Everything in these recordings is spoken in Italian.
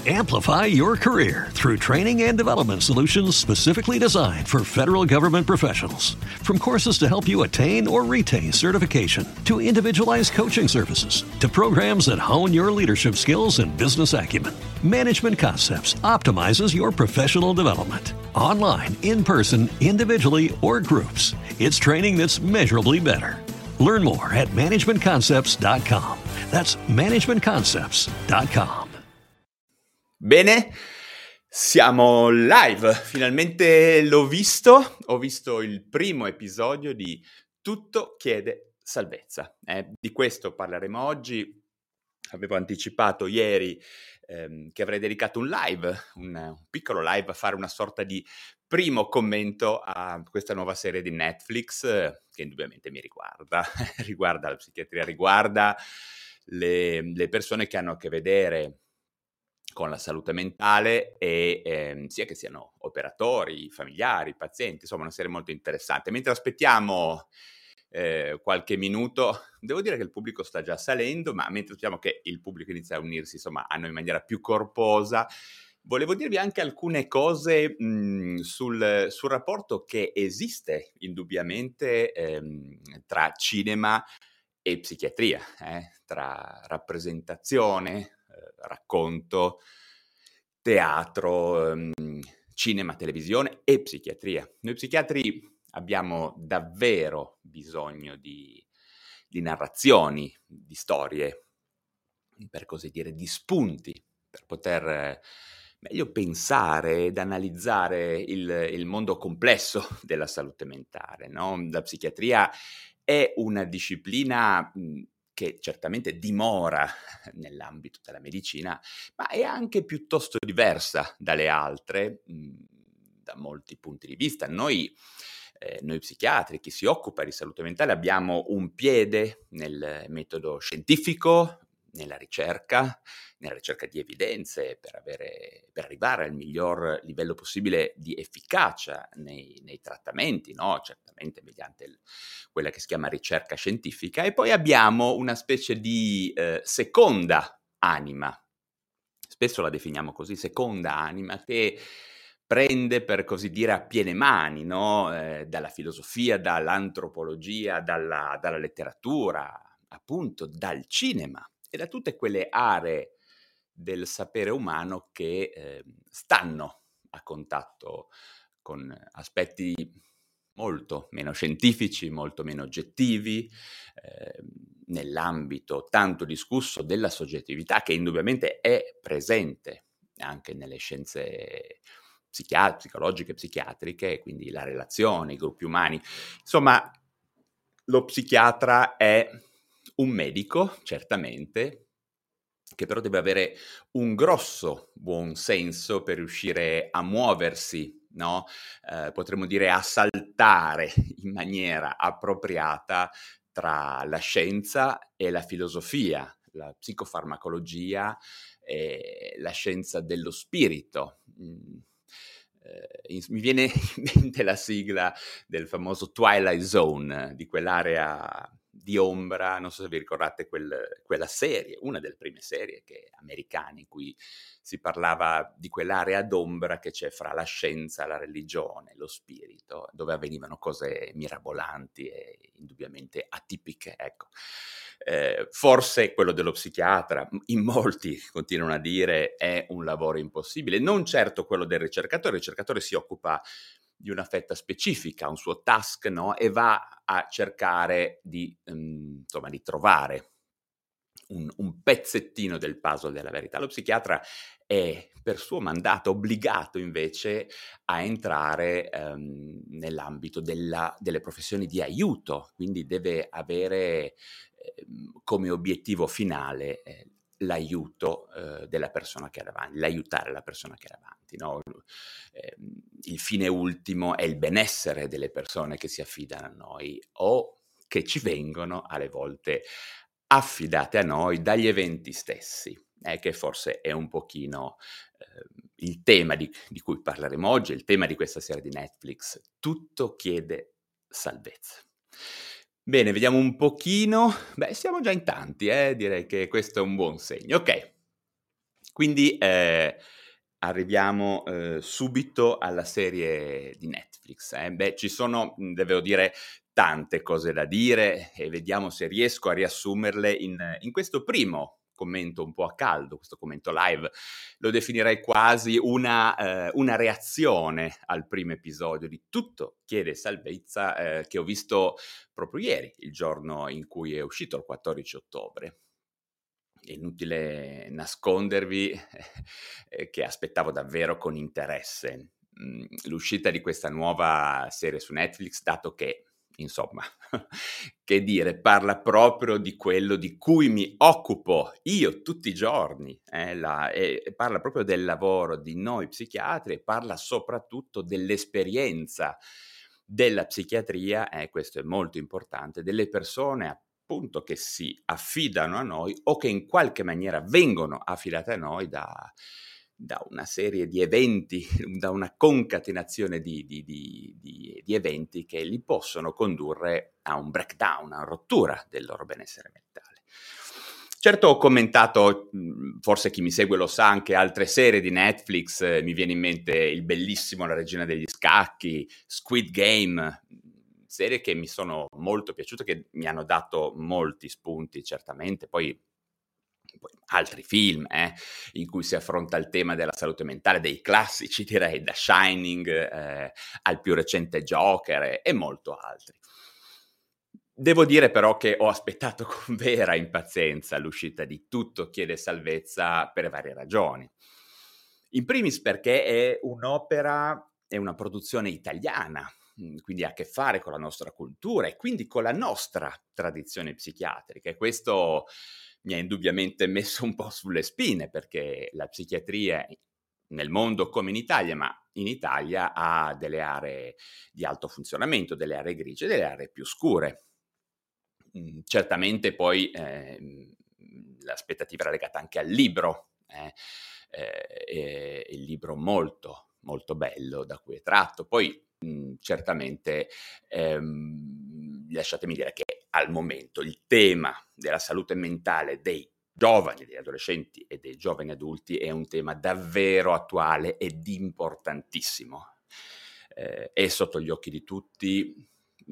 Amplify your career through training and development solutions specifically designed for federal government professionals. From courses to help you attain or retain certification, to individualized coaching services, to programs that hone your leadership skills and business acumen, Management Concepts optimizes your professional development. Online, in person, individually, or groups, it's training that's measurably better. Learn more at managementconcepts.com. That's managementconcepts.com. Bene, siamo live, finalmente ho visto il primo episodio di Tutto chiede salvezza. Di questo parleremo oggi. Avevo anticipato ieri che avrei dedicato un piccolo live a fare una sorta di primo commento a questa nuova serie di Netflix che indubbiamente mi riguarda la psichiatria, riguarda le persone che hanno a che vedere con la salute mentale e sia che siano operatori, familiari, pazienti, insomma una serie molto interessante. Mentre aspettiamo qualche minuto, devo dire che il pubblico sta già salendo, ma mentre aspettiamo che il pubblico inizia a unirsi, insomma, a noi in maniera più corposa, volevo dirvi anche alcune cose sul rapporto che esiste indubbiamente tra cinema e psichiatria, tra rappresentazione, racconto, teatro, cinema, televisione e psichiatria. Noi psichiatri abbiamo davvero bisogno di narrazioni, di storie, per così dire, di spunti, per poter meglio pensare ed analizzare il mondo complesso della salute mentale, no? La psichiatria è una disciplina che certamente dimora nell'ambito della medicina, ma è anche piuttosto diversa dalle altre da molti punti di vista. Noi psichiatri, chi si occupa di salute mentale, abbiamo un piede nel metodo scientifico, nella ricerca di evidenze per arrivare al miglior livello possibile di efficacia nei trattamenti, no? Certamente mediante quella che si chiama ricerca scientifica, e poi abbiamo una specie di seconda anima, spesso la definiamo così, seconda anima, che prende, per così dire, a piene mani, no? Dalla filosofia, dall'antropologia, dalla letteratura, appunto dal cinema e da tutte quelle aree del sapere umano che stanno a contatto con aspetti molto meno scientifici, molto meno oggettivi, nell'ambito tanto discusso della soggettività, che indubbiamente è presente anche nelle scienze psicologiche e psichiatriche, quindi la relazione, i gruppi umani. Insomma, lo psichiatra è un medico, certamente, che però deve avere un grosso buon senso per riuscire a muoversi, no? Potremmo dire a saltare in maniera appropriata tra la scienza e la filosofia, la psicofarmacologia e la scienza dello spirito. Mi viene in mente la sigla del famoso Twilight Zone, di quell'area di ombra, non so se vi ricordate quella serie, una delle prime serie americane in cui si parlava di quell'area d'ombra che c'è fra la scienza, la religione, lo spirito, dove avvenivano cose mirabolanti e indubbiamente atipiche, ecco. Forse quello dello psichiatra, in molti continuano a dire, è un lavoro impossibile, non certo quello del ricercatore. Il ricercatore si occupa di una fetta specifica, un suo task, no? E va a cercare di trovare un pezzettino del puzzle della verità. Lo psichiatra è per suo mandato obbligato invece a entrare nell'ambito delle professioni di aiuto, quindi deve avere come obiettivo finale l'aiuto della persona che ha davanti, l'aiutare la persona che ha davanti, no? Il fine ultimo è il benessere delle persone che si affidano a noi o che ci vengono alle volte affidate a noi dagli eventi stessi, che forse è un pochino il tema di cui parleremo oggi, il tema di questa serie di Netflix. Tutto chiede salvezza. Bene, vediamo un pochino. Beh, siamo già in tanti, direi che questo è un buon segno. Ok, Quindi arriviamo subito alla serie di Netflix. Beh, ci sono, devo dire, tante cose da dire e vediamo se riesco a riassumerle in questo primo commento un po' a caldo, questo commento live. Lo definirei quasi una reazione al primo episodio di Tutto chiede salvezza, che ho visto proprio ieri, il giorno in cui è uscito, il 14 ottobre. È inutile nascondervi che aspettavo davvero con interesse, l'uscita di questa nuova serie su Netflix, dato che, insomma, che dire, parla proprio di quello di cui mi occupo io tutti i giorni, e parla proprio del lavoro di noi psichiatri e parla soprattutto dell'esperienza della psichiatria, questo è molto importante, delle persone appunto che si affidano a noi o che in qualche maniera vengono affidate a noi da una serie di eventi, da una concatenazione di eventi che li possono condurre a un breakdown, a una rottura del loro benessere mentale. Certo, ho commentato, forse chi mi segue lo sa, anche altre serie di Netflix, mi viene in mente il bellissimo La regina degli scacchi, Squid Game, serie che mi sono molto piaciute, che mi hanno dato molti spunti certamente, poi altri film in cui si affronta il tema della salute mentale, dei classici direi, da Shining al più recente Joker e molto altri. Devo dire però che ho aspettato con vera impazienza l'uscita di Tutto chiede salvezza per varie ragioni. In primis perché è un'opera, è una produzione italiana, quindi ha a che fare con la nostra cultura e quindi con la nostra tradizione psichiatrica, e questo mi ha indubbiamente messo un po' sulle spine, perché la psichiatria nel mondo come in Italia, ma in Italia ha delle aree di alto funzionamento, delle aree grigie, delle aree più scure. Certamente poi l'aspettativa era legata anche al libro, il libro molto, molto bello da cui è tratto. Poi certamente lasciatemi dire che al momento il tema della salute mentale dei giovani, degli adolescenti e dei giovani adulti è un tema davvero attuale ed importantissimo. È sotto gli occhi di tutti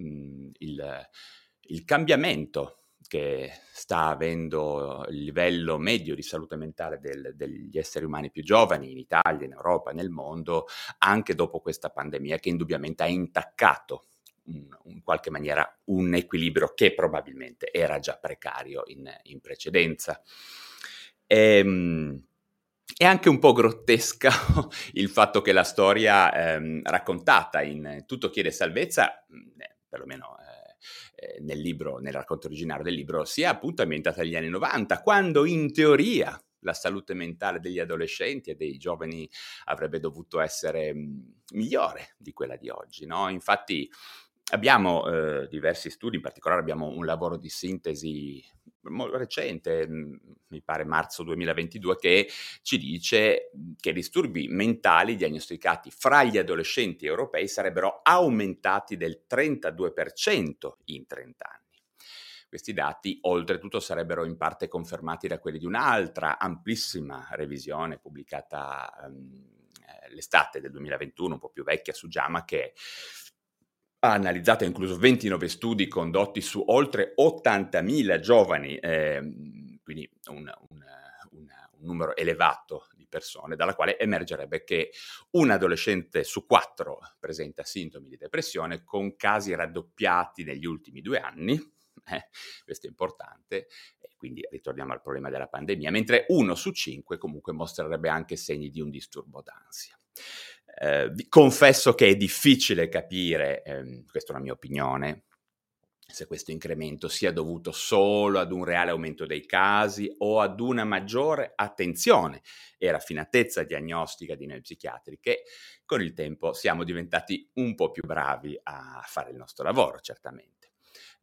il cambiamento che sta avendo il livello medio di salute mentale degli esseri umani più giovani in Italia, in Europa, nel mondo, anche dopo questa pandemia che indubbiamente ha intaccato in qualche maniera un equilibrio che probabilmente era già precario in precedenza. È anche un po' grottesca il fatto che la storia raccontata in Tutto chiede salvezza, perlomeno nel libro, nel racconto originale del libro, sia appunto ambientata negli anni '90, quando in teoria la salute mentale degli adolescenti e dei giovani avrebbe dovuto essere migliore di quella di oggi, no? Infatti abbiamo diversi studi, in particolare abbiamo un lavoro di sintesi recente, mi pare marzo 2022, che ci dice che i disturbi mentali diagnosticati fra gli adolescenti europei sarebbero aumentati del 32% in 30 anni. Questi dati, oltretutto, sarebbero in parte confermati da quelli di un'altra amplissima revisione pubblicata l'estate del 2021, un po' più vecchia, su JAMA, che ha analizzato e incluso 29 studi condotti su oltre 80.000 giovani, quindi un numero elevato di persone, dalla quale emergerebbe che un adolescente su 4 presenta sintomi di depressione, con casi raddoppiati negli ultimi 2 anni, questo è importante, e quindi ritorniamo al problema della pandemia, mentre 1 su 5 comunque mostrerebbe anche segni di un disturbo d'ansia. Vi confesso che è difficile capire, questa è una mia opinione, se questo incremento sia dovuto solo ad un reale aumento dei casi o ad una maggiore attenzione e raffinatezza diagnostica di noi psichiatri, che con il tempo siamo diventati un po' più bravi a fare il nostro lavoro, certamente.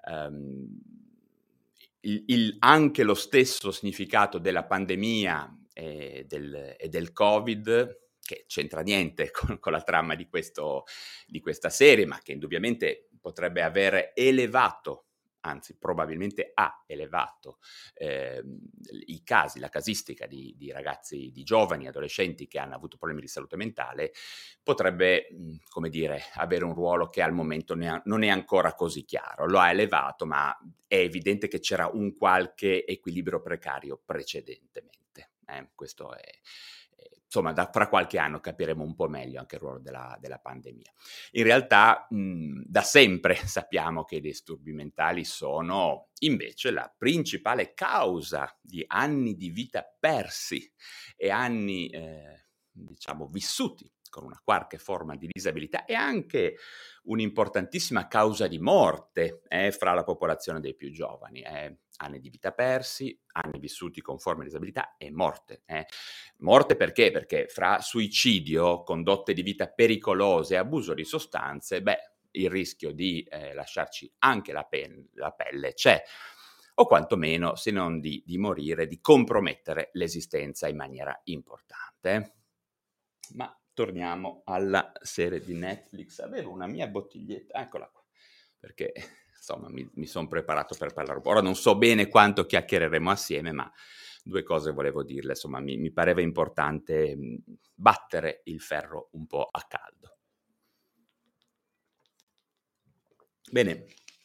Anche lo stesso significato della pandemia e del Covid, che c'entra niente con la trama di questa serie, ma che indubbiamente potrebbe aver elevato anzi probabilmente ha elevato i casi, la casistica di ragazzi, di giovani adolescenti che hanno avuto problemi di salute mentale, potrebbe, come dire, avere un ruolo che al momento non è ancora così chiaro. Lo ha elevato, ma è evidente che c'era un qualche equilibrio precario precedentemente. Questo è, insomma, fra qualche anno capiremo un po' meglio anche il ruolo della pandemia. In realtà, da sempre sappiamo che i disturbi mentali sono invece la principale causa di anni di vita persi e anni, diciamo, vissuti con una qualche forma di disabilità e anche un'importantissima causa di morte fra la popolazione dei più giovani. Anni di vita persi, anni vissuti con forme di disabilità e morte. Morte perché? Perché fra suicidio, condotte di vita pericolose e abuso di sostanze, il rischio di lasciarci anche la pelle c'è, o quantomeno, se non di morire, di compromettere l'esistenza in maniera importante. Ma torniamo alla serie di Netflix. Avevo una mia bottiglietta, eccola qua, perché insomma mi sono preparato per parlare un po'. Ora non so bene quanto chiacchiereremo assieme, ma 2 cose volevo dirle. Insomma, mi pareva importante battere il ferro un po' a caldo. Bene,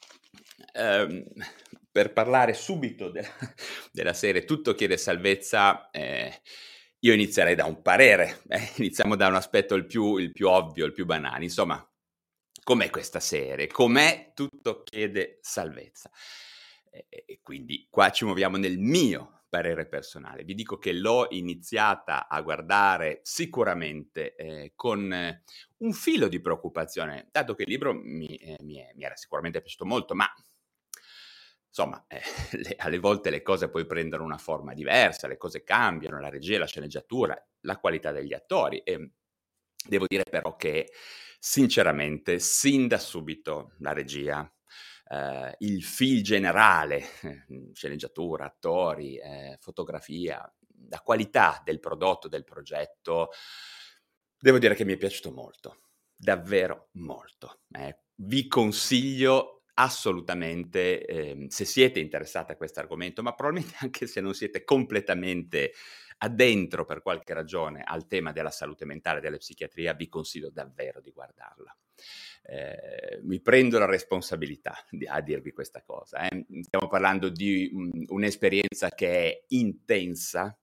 per parlare subito della serie Tutto chiede salvezza, io inizierei da un parere. Iniziamo da un aspetto il più ovvio, il più banale. Insomma, com'è questa serie? Com'è Tutto chiede salvezza? E quindi qua ci muoviamo nel mio parere personale. Vi dico che l'ho iniziata a guardare sicuramente con un filo di preoccupazione, dato che il libro mi era sicuramente piaciuto molto, ma insomma, alle volte le cose poi prendono una forma diversa, le cose cambiano, la regia, la sceneggiatura, la qualità degli attori. E devo dire però che sinceramente, sin da subito, la regia, il feel generale, sceneggiatura, attori, fotografia, la qualità del prodotto, del progetto, devo dire che mi è piaciuto molto, davvero molto. Vi consiglio assolutamente, se siete interessati a questo argomento, ma probabilmente anche se non siete completamente addentro per qualche ragione al tema della salute mentale e della psichiatria, vi consiglio davvero di guardarla. Mi prendo la responsabilità a dirvi questa cosa. Stiamo parlando di un'esperienza che è intensa,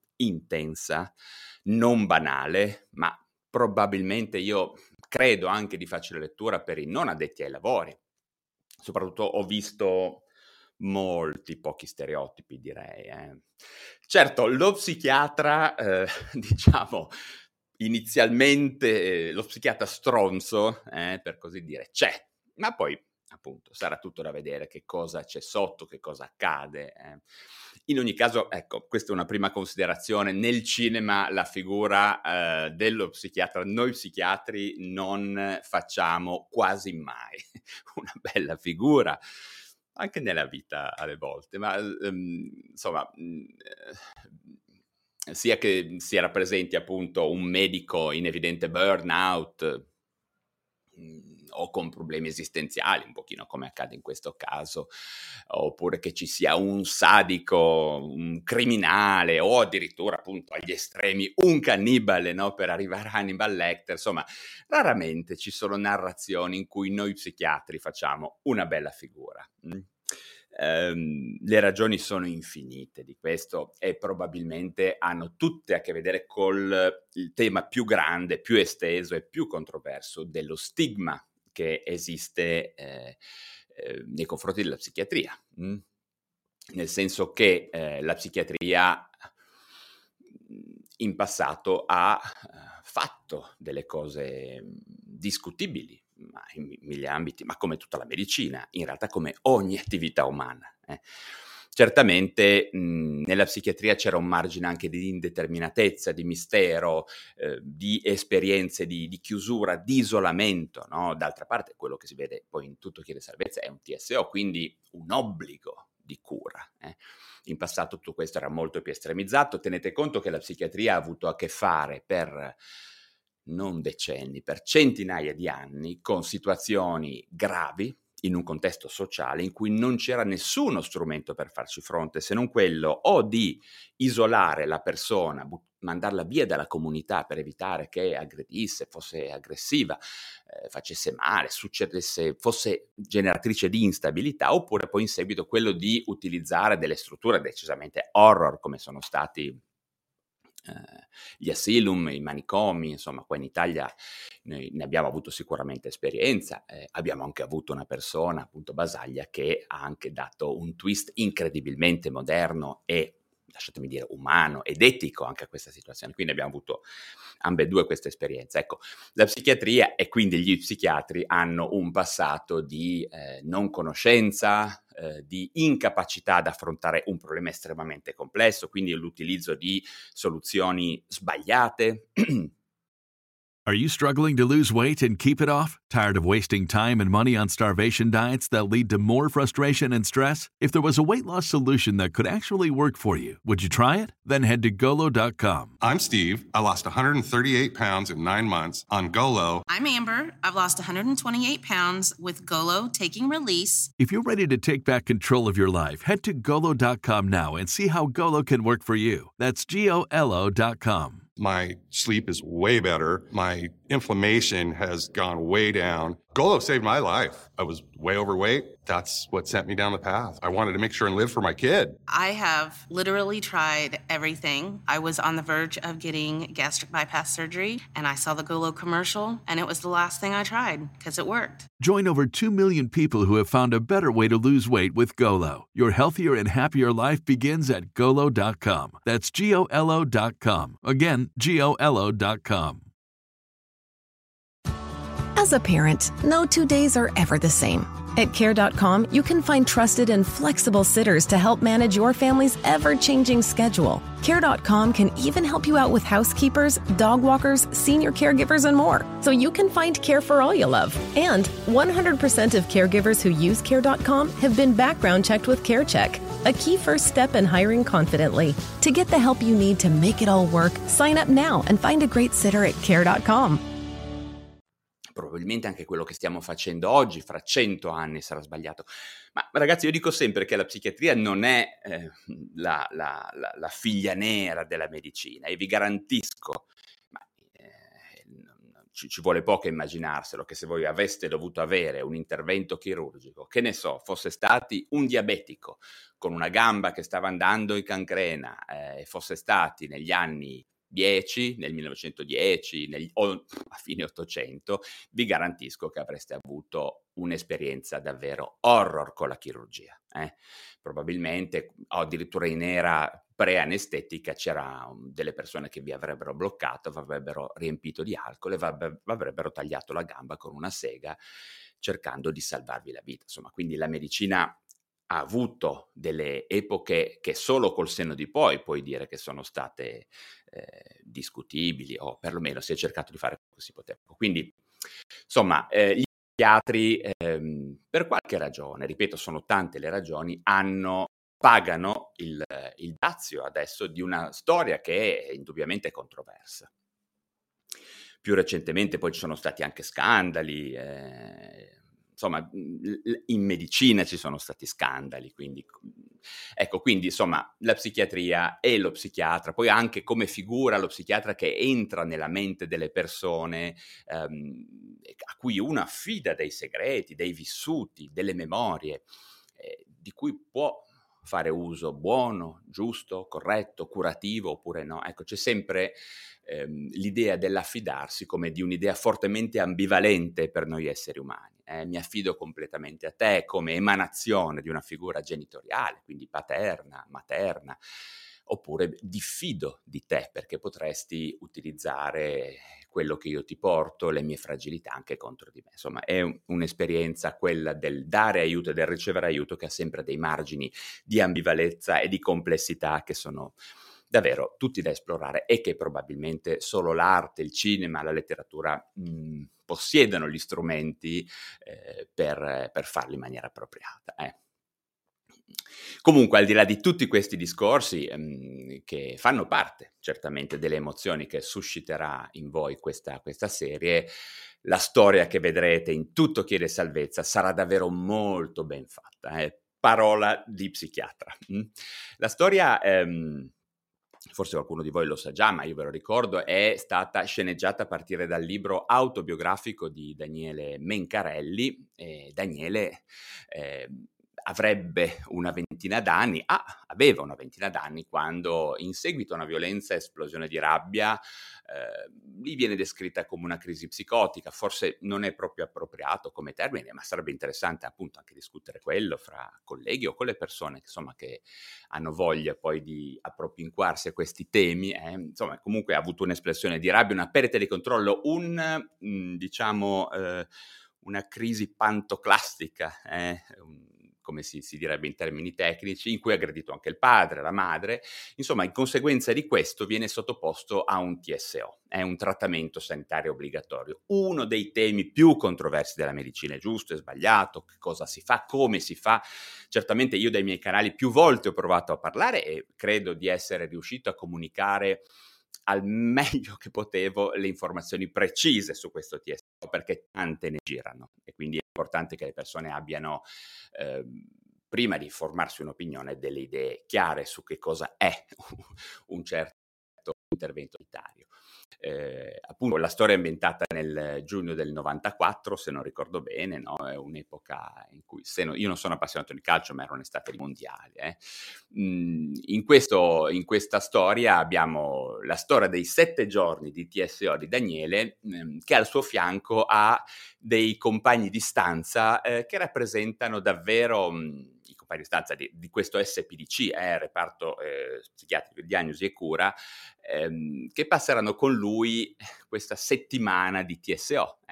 non banale, ma probabilmente, io credo, anche di facile lettura per i non addetti ai lavori. Soprattutto ho visto molti pochi stereotipi, direi. Certo, lo psichiatra, diciamo, inizialmente lo psichiatra stronzo, per così dire, c'è, ma poi appunto sarà tutto da vedere che cosa c'è sotto, che cosa accade. In ogni caso, ecco, questa è una prima considerazione. Nel cinema la figura dello psichiatra, noi psichiatri non facciamo quasi mai una bella figura, anche nella vita alle volte, ma insomma, sia che si rappresenti appunto un medico in evidente burnout, o con problemi esistenziali, un pochino come accade in questo caso, oppure che ci sia un sadico, un criminale o addirittura appunto agli estremi un cannibale, no, per arrivare a Hannibal Lecter. Insomma, raramente ci sono narrazioni in cui noi psichiatri facciamo una bella figura. Le ragioni sono infinite di questo e probabilmente hanno tutte a che vedere col il tema più grande, più esteso e più controverso dello stigma che esiste nei confronti della psichiatria. Nel senso che la psichiatria in passato ha fatto delle cose discutibili, ma in mille ambiti, ma come tutta la medicina, in realtà come ogni attività umana. Certamente nella psichiatria c'era un margine anche di indeterminatezza, di mistero, di esperienze di chiusura, di isolamento, no? D'altra parte quello che si vede poi in Tutto chiede salvezza è un TSO, quindi un obbligo di cura. In passato tutto questo era molto più estremizzato. Tenete conto che la psichiatria ha avuto a che fare per non decenni, per centinaia di anni con situazioni gravi, in un contesto sociale in cui non c'era nessuno strumento per farci fronte, se non quello o di isolare la persona, mandarla via dalla comunità per evitare che aggredisse, fosse aggressiva, facesse male, succedesse, fosse generatrice di instabilità, oppure poi in seguito quello di utilizzare delle strutture decisamente horror come sono stati gli asylum, i manicomi, insomma qua in Italia noi ne abbiamo avuto sicuramente esperienza, abbiamo anche avuto una persona, appunto Basaglia, che ha anche dato un twist incredibilmente moderno e, lasciatemi dire, umano ed etico anche a questa situazione, quindi abbiamo avuto ambedue queste esperienze. Ecco, la psichiatria e quindi gli psichiatri hanno un passato di non conoscenza, di incapacità ad affrontare un problema estremamente complesso, quindi l'utilizzo di soluzioni sbagliate. Are you struggling to lose weight and keep it off? Tired of wasting time and money on starvation diets that lead to more frustration and stress? If there was a weight loss solution that could actually work for you, would you try it? Then head to Golo.com. I'm Steve. I lost 138 pounds in 9 months on Golo. I'm Amber. I've lost 128 pounds with Golo Taking Release. If you're ready to take back control of your life, head to Golo.com now and see how Golo can work for you. That's GOLO.com. My sleep is way better. My inflammation has gone way down. Golo saved my life. I was way overweight. That's what sent me down the path. I wanted to make sure and live for my kid. I have literally tried everything. I was on the verge of getting gastric bypass surgery, and I saw the Golo commercial, and it was the last thing I tried because it worked. Join over 2 million people who have found a better way to lose weight with Golo. Your healthier and happier life begins at Golo.com. That's GOLO.com. Again, GOLO.com. As a parent, no 2 days are ever the same. At Care.com, you can find trusted and flexible sitters to help manage your family's ever-changing schedule. Care.com can even help you out with housekeepers, dog walkers, senior caregivers, and more, so you can find care for all you love. And 100% of caregivers who use Care.com have been background checked with CareCheck, a key first step in hiring confidently. To get the help you need to make it all work, sign up now and find a great sitter at Care.com. Probabilmente anche quello che stiamo facendo oggi, fra 100 anni, sarà sbagliato. Ma ragazzi, io dico sempre che la psichiatria non è la figlia nera della medicina, e vi garantisco, ma ci vuole poco a immaginarselo, che se voi aveste dovuto avere un intervento chirurgico, che ne so, fosse stati un diabetico con una gamba che stava andando in cancrena, e fosse stati negli anni 10, nel 1910 o a fine 800, vi garantisco che avreste avuto un'esperienza davvero horror con la chirurgia. Probabilmente, o addirittura in era pre-anestetica, c'era delle persone che vi avrebbero bloccato, vi avrebbero riempito di alcol e vi avrebbero tagliato la gamba con una sega cercando di salvarvi la vita. Insomma, quindi la medicina ha avuto delle epoche che solo col senno di poi puoi dire che sono state discutibili, o perlomeno si è cercato di fare quello che si poteva. Quindi, insomma, gli psichiatri, per qualche ragione, ripeto, sono tante le ragioni, pagano il dazio adesso di una storia che è indubbiamente controversa. Più recentemente poi ci sono stati anche scandali, insomma, in medicina ci sono stati scandali, quindi ecco, quindi insomma la psichiatria e lo psichiatra, poi anche come figura lo psichiatra che entra nella mente delle persone, a cui uno affida dei segreti, dei vissuti, delle memorie, di cui può fare uso buono, giusto, corretto, curativo oppure no. Ecco, c'è sempre l'idea dell'affidarsi come di un'idea fortemente ambivalente per noi esseri umani. Mi affido completamente a te come emanazione di una figura genitoriale, quindi paterna, materna, oppure diffido di te perché potresti utilizzare quello che io ti porto, le mie fragilità anche contro di me. Insomma, è un'esperienza, quella del dare aiuto e del ricevere aiuto, che ha sempre dei margini di ambivalenza e di complessità che sono davvero tutti da esplorare, e che probabilmente solo l'arte, il cinema, la letteratura possiedono gli strumenti per farlo in maniera appropriata. Comunque, al di là di tutti questi discorsi, che fanno parte certamente delle emozioni che susciterà in voi questa serie, la storia che vedrete in Tutto chiede salvezza sarà davvero molto ben fatta, parola di psichiatra. La storia, forse qualcuno di voi lo sa già, ma io ve lo ricordo, è stata sceneggiata a partire dal libro autobiografico di Daniele Mencarelli. Daniele aveva una ventina d'anni quando, in seguito a una violenta esplosione di rabbia, gli viene descritta come una crisi psicotica. Forse non è proprio appropriato come termine, ma sarebbe interessante appunto anche discutere quello fra colleghi o con le persone insomma che hanno voglia poi di appropinquarsi a questi temi. Insomma, comunque ha avuto un'esplosione di rabbia, una perdita di controllo, una crisi pantoclastica, come si direbbe in termini tecnici, in cui ha aggredito anche il padre, la madre. Insomma, in conseguenza di questo viene sottoposto a un TSO, è un trattamento sanitario obbligatorio. Uno dei temi più controversi della medicina: è giusto, è sbagliato, che cosa si fa, come si fa. Certamente io dai miei canali più volte ho provato a parlare e credo di essere riuscito a comunicare al meglio che potevo le informazioni precise su questo TSO, perché tante ne girano e quindi è importante che le persone abbiano, prima di formarsi un'opinione, delle idee chiare su che cosa è un certo intervento sanitario. Appunto, la storia è ambientata nel giugno del 94, se non ricordo bene, no? È un'epoca in cui, io non sono appassionato di calcio, ma era un'estate di mondiali. In questa storia abbiamo la storia dei 7 giorni di TSO di Daniele, che al suo fianco ha dei compagni di stanza che rappresentano davvero i compagni di stanza di questo SPDC, reparto psichiatrico di diagnosi e cura, che passeranno con lui questa settimana di TSO.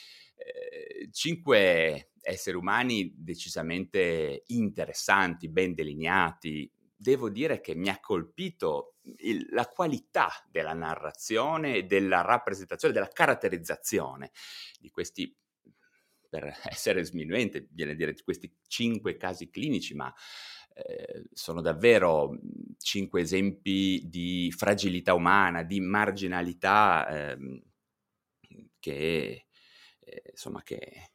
5 esseri umani decisamente interessanti, ben delineati. Devo dire che mi ha colpito la qualità della narrazione e della rappresentazione, della caratterizzazione di questi, per essere sminuente, viene a dire questi 5 casi clinici, ma sono davvero 5 esempi di fragilità umana, di marginalità, che insomma che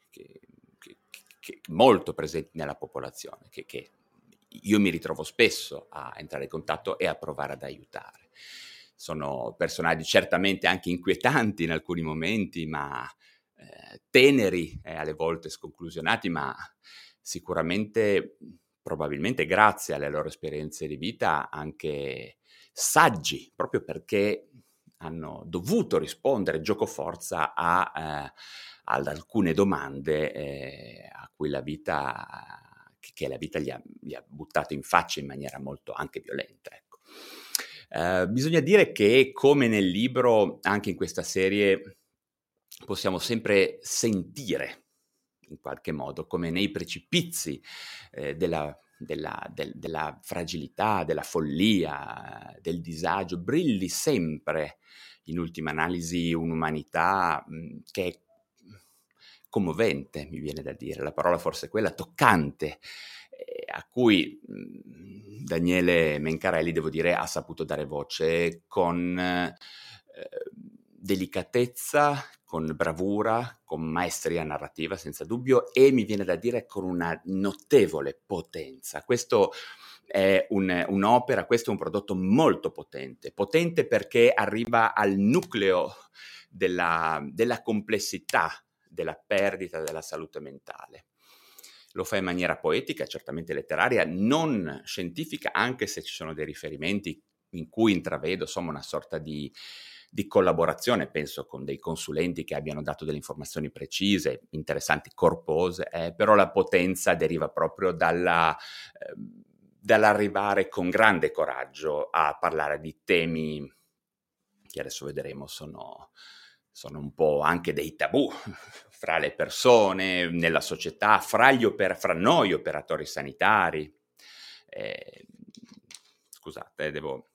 molto presenti nella popolazione, che io mi ritrovo spesso a entrare in contatto e a provare ad aiutare. Sono personaggi certamente anche inquietanti in alcuni momenti, ma teneri, alle volte sconclusionati, ma sicuramente, probabilmente grazie alle loro esperienze di vita, anche saggi, proprio perché hanno dovuto rispondere giocoforza ad alcune domande a cui la vita gli ha buttato in faccia in maniera molto anche violenta, ecco. Bisogna dire che, come nel libro, anche in questa serie possiamo sempre sentire, in qualche modo, come nei precipizi della fragilità, della follia, del disagio, brilli sempre, in ultima analisi, un'umanità che è commovente, mi viene da dire, la parola forse è quella, toccante, a cui Daniele Mencarelli, devo dire, ha saputo dare voce con delicatezza, con bravura, con maestria narrativa senza dubbio, e mi viene da dire con una notevole potenza. Questo è un'opera, questo è un prodotto molto potente perché arriva al nucleo della complessità della perdita della salute mentale. Lo fa in maniera poetica, certamente letteraria, non scientifica, anche se ci sono dei riferimenti in cui intravedo, insomma, una sorta di collaborazione, penso, con dei consulenti che abbiano dato delle informazioni precise, interessanti, corpose, però la potenza deriva proprio dall'arrivare con grande coraggio a parlare di temi che adesso vedremo sono un po' anche dei tabù fra le persone, nella società, fra noi operatori sanitari. Scusate, devo...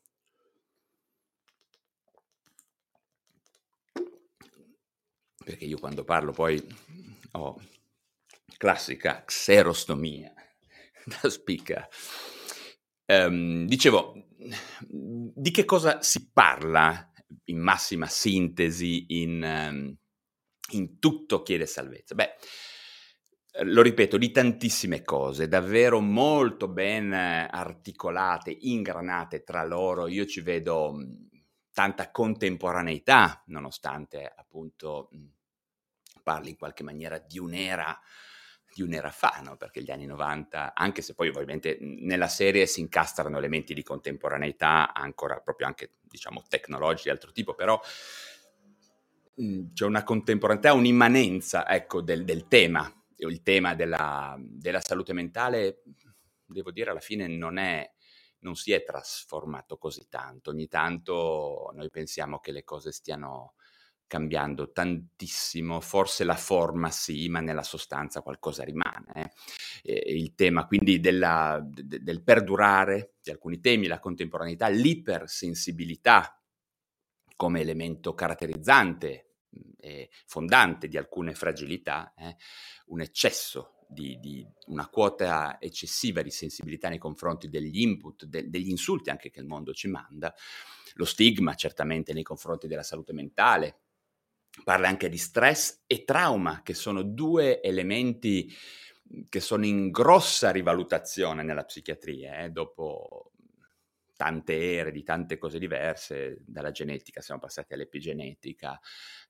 perché io quando parlo poi ho classica xerostomia da speaker. Dicevo, di che cosa si parla in massima sintesi in Tutto chiede salvezza? Beh, lo ripeto, di tantissime cose, davvero molto ben articolate, ingranate tra loro. Io ci vedo tanta contemporaneità, nonostante appunto parli in qualche maniera di un'era fa, no? Perché gli anni 90, anche se poi ovviamente nella serie si incastrano elementi di contemporaneità ancora proprio anche, diciamo, tecnologici di altro tipo, però c'è una contemporaneità, un'immanenza, ecco, del tema. Il tema della salute mentale, devo dire, alla fine non si è trasformato così tanto. Ogni tanto noi pensiamo che le cose stiano cambiando tantissimo, forse la forma sì, ma nella sostanza qualcosa rimane. Il tema quindi del perdurare di alcuni temi, la contemporaneità, l'ipersensibilità come elemento caratterizzante e fondante di alcune fragilità, un eccesso di una quota eccessiva di sensibilità nei confronti degli input, degli insulti anche che il mondo ci manda, lo stigma certamente nei confronti della salute mentale, parla anche di stress e trauma, che sono due elementi che sono in grossa rivalutazione nella psichiatria, dopo tante ere di tante cose diverse, dalla genetica siamo passati all'epigenetica,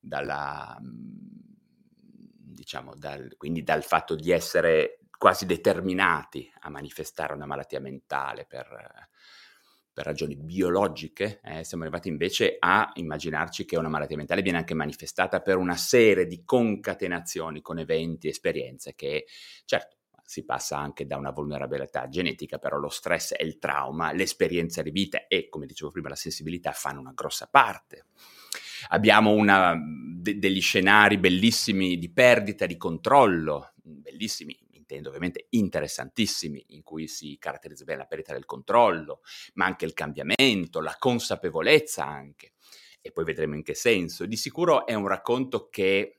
quindi dal fatto di essere quasi determinati a manifestare una malattia mentale per ragioni biologiche, siamo arrivati invece a immaginarci che una malattia mentale viene anche manifestata per una serie di concatenazioni con eventi, esperienze che, certo, si passa anche da una vulnerabilità genetica, però lo stress e il trauma, l'esperienza di vita e, come dicevo prima, la sensibilità fanno una grossa parte. Abbiamo degli scenari bellissimi di perdita di controllo, bellissimi, intendo ovviamente interessantissimi, in cui si caratterizza bene la perdita del controllo, ma anche il cambiamento, la consapevolezza anche, e poi vedremo in che senso. Di sicuro è un racconto che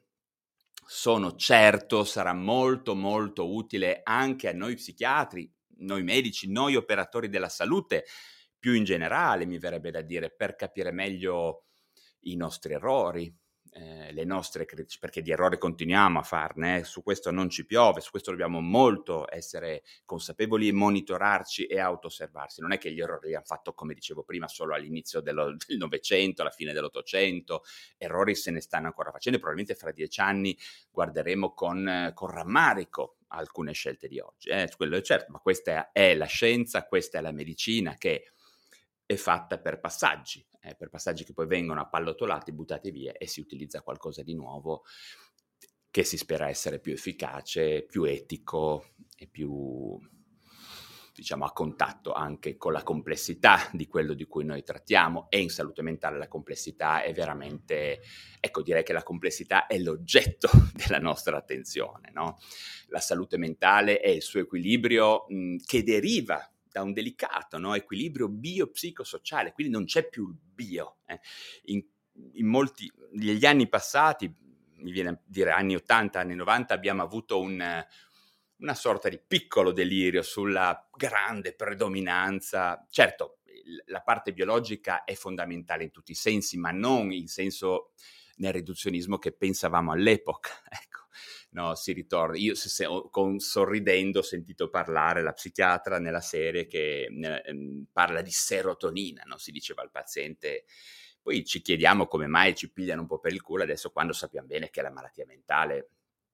sono certo sarà molto molto utile anche a noi psichiatri, noi medici, noi operatori della salute, più in generale mi verrebbe da dire, per capire meglio i nostri errori, le nostre critiche, perché di errori continuiamo a farne, su questo non ci piove, su questo dobbiamo molto essere consapevoli e monitorarci e auto-osservarsi. Non è che gli errori li hanno fatto, come dicevo prima, solo all'inizio del Novecento, alla fine dell'Ottocento, errori se ne stanno ancora facendo e probabilmente fra 10 anni guarderemo con rammarico alcune scelte di oggi. Quello è certo, ma questa è la scienza, questa è la medicina che è fatta per passaggi che poi vengono appallottolati, buttati via e si utilizza qualcosa di nuovo che si spera essere più efficace, più etico e più, diciamo, a contatto anche con la complessità di quello di cui noi trattiamo. E in salute mentale la complessità è veramente, ecco, direi che la complessità è l'oggetto della nostra attenzione, no? La salute mentale è il suo equilibrio che deriva da un delicato, no, equilibrio bio-psicosociale, quindi non c'è più il bio. In molti negli anni passati, mi viene a dire anni 80, anni 90, abbiamo avuto una sorta di piccolo delirio sulla grande predominanza. Certo, la parte biologica è fondamentale in tutti i sensi, ma non in senso nel riduzionismo che pensavamo all'epoca, ecco. No, si ritorna. Io sorridendo ho sentito parlare la psichiatra nella serie che parla di serotonina, no? Si diceva al paziente. Poi ci chiediamo come mai ci pigliano un po' per il culo adesso, quando sappiamo bene che la malattia mentale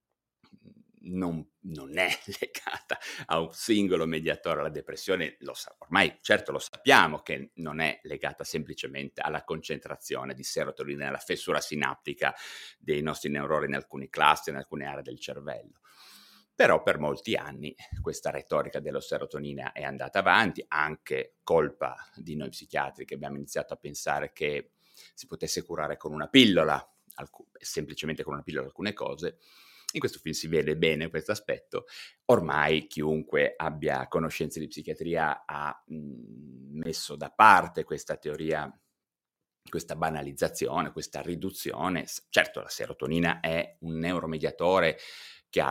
non è legata a un singolo mediatore. La depressione, ormai certo lo sappiamo che non è legata semplicemente alla concentrazione di serotonina nella fessura sinaptica dei nostri neuroni in alcuni cluster, in alcune aree del cervello. Però per molti anni questa retorica della serotonina è andata avanti, anche colpa di noi psichiatri che abbiamo iniziato a pensare che si potesse curare con una pillola, semplicemente con una pillola alcune cose. In questo film si vede bene questo aspetto. Ormai chiunque abbia conoscenze di psichiatria ha messo da parte questa teoria, questa banalizzazione, questa riduzione. Certo, la serotonina è un neuromediatore che ha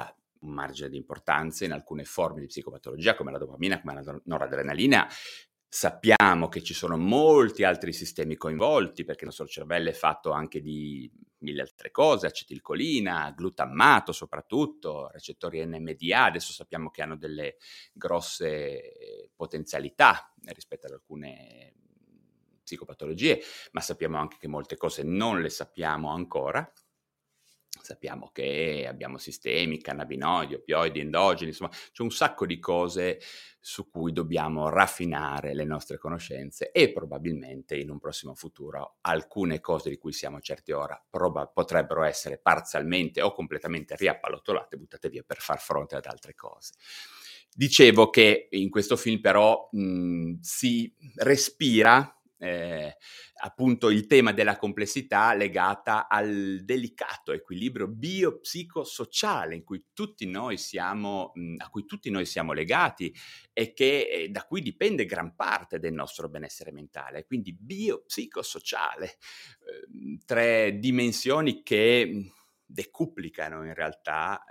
un margine di importanza in alcune forme di psicopatologia come la dopamina, come la noradrenalina. Sappiamo che ci sono molti altri sistemi coinvolti, perché il nostro cervello è fatto anche di 1000 altre cose, acetilcolina, glutammato soprattutto, recettori NMDA, adesso sappiamo che hanno delle grosse potenzialità rispetto ad alcune psicopatologie, ma sappiamo anche che molte cose non le sappiamo ancora. Sappiamo che abbiamo sistemi, cannabinoidi, oppioidi, endogeni, insomma, c'è un sacco di cose su cui dobbiamo raffinare le nostre conoscenze e probabilmente in un prossimo futuro alcune cose di cui siamo certi ora potrebbero essere parzialmente o completamente riappallottolate, buttate via per far fronte ad altre cose. Dicevo che in questo film però si respira appunto il tema della complessità legata al delicato equilibrio biopsicosociale a cui tutti noi siamo legati e che da cui dipende gran parte del nostro benessere mentale, quindi biopsicosociale, 3 dimensioni che decuplicano in realtà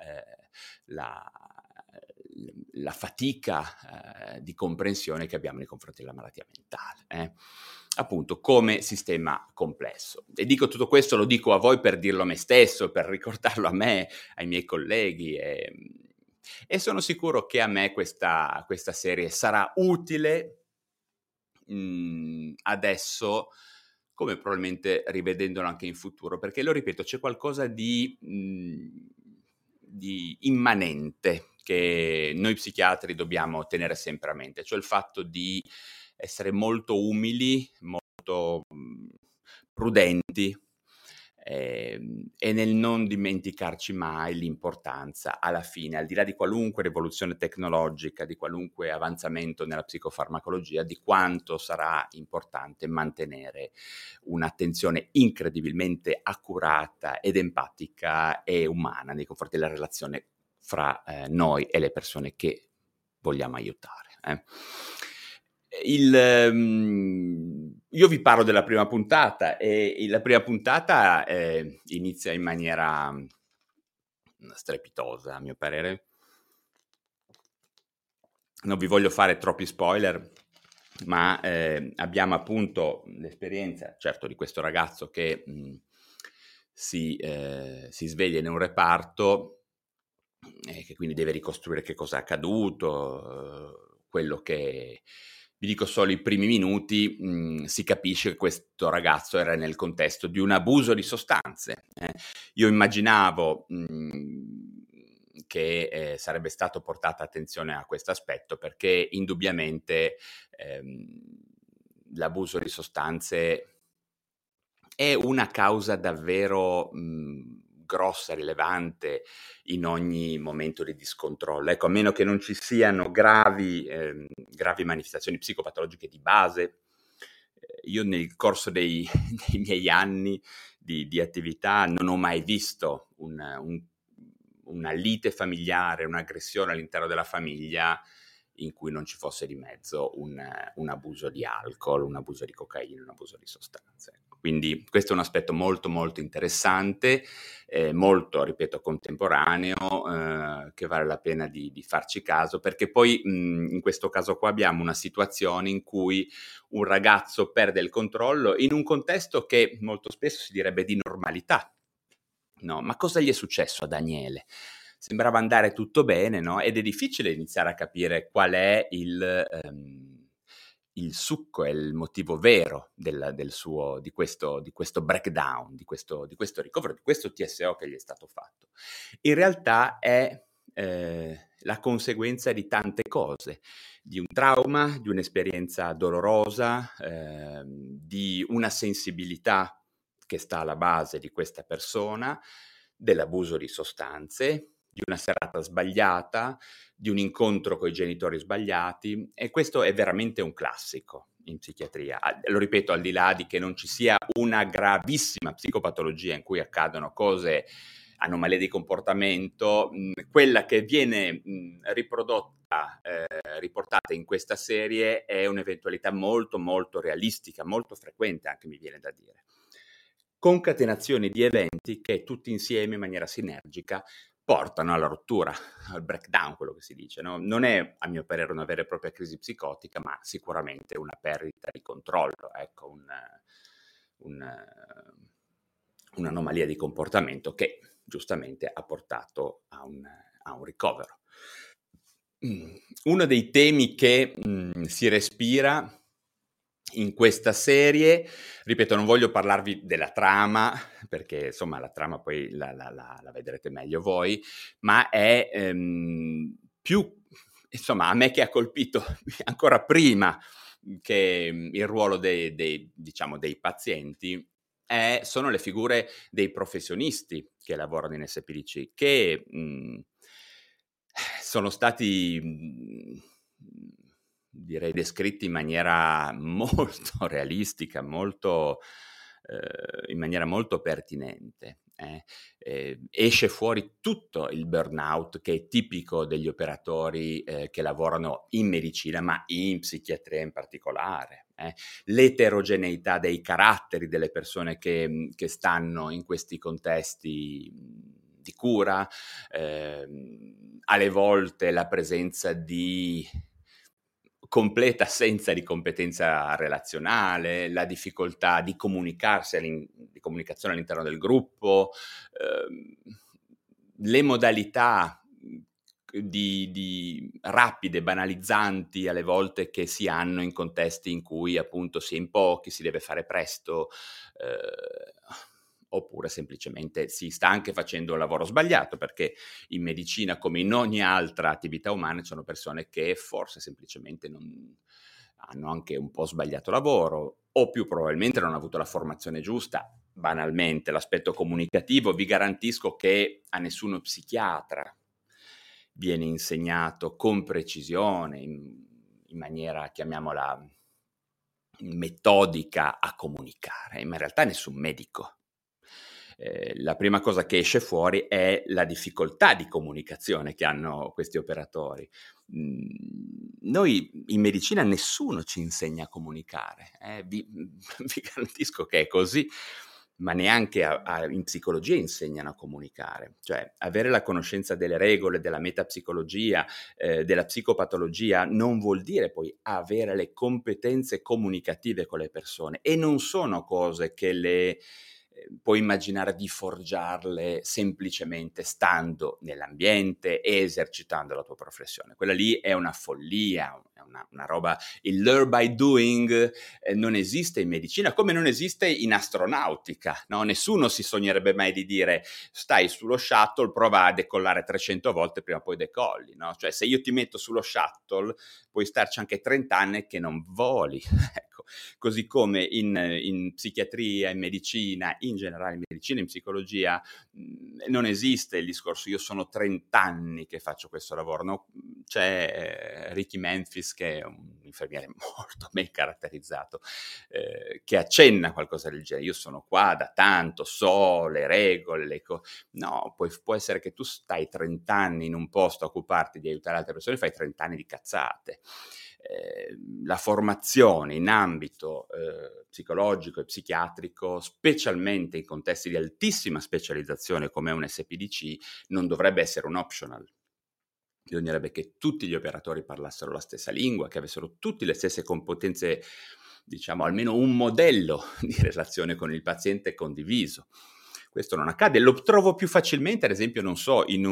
la fatica di comprensione che abbiamo nei confronti della malattia mentale, appunto come sistema complesso. E dico tutto questo, lo dico a voi per dirlo a me stesso, per ricordarlo a me, ai miei colleghi, e sono sicuro che a me questa serie sarà utile adesso, come probabilmente rivedendolo anche in futuro, perché lo ripeto, c'è qualcosa di immanente che noi psichiatri dobbiamo tenere sempre a mente, cioè il fatto di essere molto umili, molto prudenti e nel non dimenticarci mai l'importanza, alla fine, al di là di qualunque rivoluzione tecnologica, di qualunque avanzamento nella psicofarmacologia, di quanto sarà importante mantenere un'attenzione incredibilmente accurata ed empatica e umana nei confronti della relazione fra noi e le persone che vogliamo aiutare. Io vi parlo della prima puntata e la prima puntata inizia in maniera strepitosa, a mio parere. Non vi voglio fare troppi spoiler, ma abbiamo appunto l'esperienza, certo, di questo ragazzo che si sveglia in un reparto e che quindi deve ricostruire che cosa è accaduto, quello che... Vi dico solo i primi minuti, si capisce che questo ragazzo era nel contesto di un abuso di sostanze. Io immaginavo che sarebbe stato portata attenzione a questo aspetto perché indubbiamente l'abuso di sostanze è una causa davvero grossa, rilevante in ogni momento di discontrollo. Ecco, a meno che non ci siano gravi manifestazioni psicopatologiche di base. Io nel corso dei miei anni di attività non ho mai visto una lite familiare, un'aggressione all'interno della famiglia in cui non ci fosse di mezzo un abuso di alcol, un abuso di cocaina, un abuso di sostanze. Quindi questo è un aspetto molto molto interessante, molto, ripeto, contemporaneo, che vale la pena di farci caso, perché poi in questo caso qua abbiamo una situazione in cui un ragazzo perde il controllo in un contesto che molto spesso si direbbe di normalità. No, ma cosa gli è successo a Daniele? Sembrava andare tutto bene, no? Ed è difficile iniziare a capire qual è il succo e il motivo vero di questo breakdown, di questo ricovero, di questo TSO che gli è stato fatto. In realtà è la conseguenza di tante cose, di un trauma, di un'esperienza dolorosa, di una sensibilità che sta alla base di questa persona, dell'abuso di sostanze, di una serata sbagliata, di un incontro con i genitori sbagliati, e questo è veramente un classico in psichiatria. Lo ripeto, al di là di che non ci sia una gravissima psicopatologia in cui accadono cose, anomalie di comportamento, quella che viene riprodotta, riportata in questa serie è un'eventualità molto molto realistica, molto frequente anche, mi viene da dire. Concatenazioni di eventi che tutti insieme in maniera sinergica portano alla rottura, al breakdown, quello che si dice, no? Non è, a mio parere, una vera e propria crisi psicotica, ma sicuramente una perdita di controllo, ecco, un'anomalia di comportamento che giustamente ha portato a un ricovero. Uno dei temi che si respira in questa serie, ripeto, non voglio parlarvi della trama, perché insomma la trama poi la vedrete meglio voi, ma è più, insomma, a me che ha colpito ancora prima che il ruolo diciamo, dei pazienti, sono le figure dei professionisti che lavorano in SPDC, che sono stati direi descritti in maniera molto realistica, in maniera molto pertinente. Esce fuori tutto il burnout che è tipico degli operatori che lavorano in medicina, ma in psichiatria in particolare. L'eterogeneità dei caratteri delle persone che stanno in questi contesti di cura, alle volte la presenza di completa assenza di competenza relazionale, la difficoltà di comunicarsi, di comunicazione all'interno del gruppo, le modalità di rapide, banalizzanti alle volte che si hanno in contesti in cui appunto si è in pochi, si deve fare presto, oppure semplicemente si sta anche facendo un lavoro sbagliato, perché in medicina, come in ogni altra attività umana, ci sono persone che forse semplicemente non hanno anche un po' sbagliato lavoro, o più probabilmente non hanno avuto la formazione giusta. Banalmente, l'aspetto comunicativo, vi garantisco che a nessuno psichiatra viene insegnato con precisione, in maniera, chiamiamola, metodica, a comunicare, ma in realtà nessun medico. La prima cosa che esce fuori è la difficoltà di comunicazione che hanno questi operatori. Noi in medicina nessuno ci insegna a comunicare, vi garantisco che è così, ma neanche in psicologia insegnano a comunicare. Cioè, avere la conoscenza delle regole, della metapsicologia, della psicopatologia, non vuol dire poi avere le competenze comunicative con le persone, e non sono cose che puoi immaginare di forgiarle semplicemente stando nell'ambiente e esercitando la tua professione. Quella lì è una follia, è una roba. Il learn by doing non esiste in medicina, come non esiste in astronautica, no? Nessuno si sognerebbe mai di dire: stai sullo shuttle, prova a decollare 300 volte prima poi decolli, no? Cioè, se io ti metto sullo shuttle puoi starci anche 30 anni che non voli. Ecco. Così come in psichiatria, in medicina, in generale in medicina, in psicologia, non esiste il discorso io sono 30 anni che faccio questo lavoro, no? C'è Ricky Memphis, che è un infermiere molto ben caratterizzato, che accenna qualcosa del genere: io sono qua da tanto, so le regole, no, può essere che tu stai 30 anni in un posto a occuparti di aiutare altre persone, fai 30 anni di cazzate. La formazione in ambito psicologico e psichiatrico, specialmente in contesti di altissima specializzazione come un SPDC, non dovrebbe essere un optional. Bisognerebbe che tutti gli operatori parlassero la stessa lingua, che avessero tutti le stesse competenze, diciamo almeno un modello di relazione con il paziente condiviso. Questo non accade. Lo trovo più facilmente, ad esempio, non so, in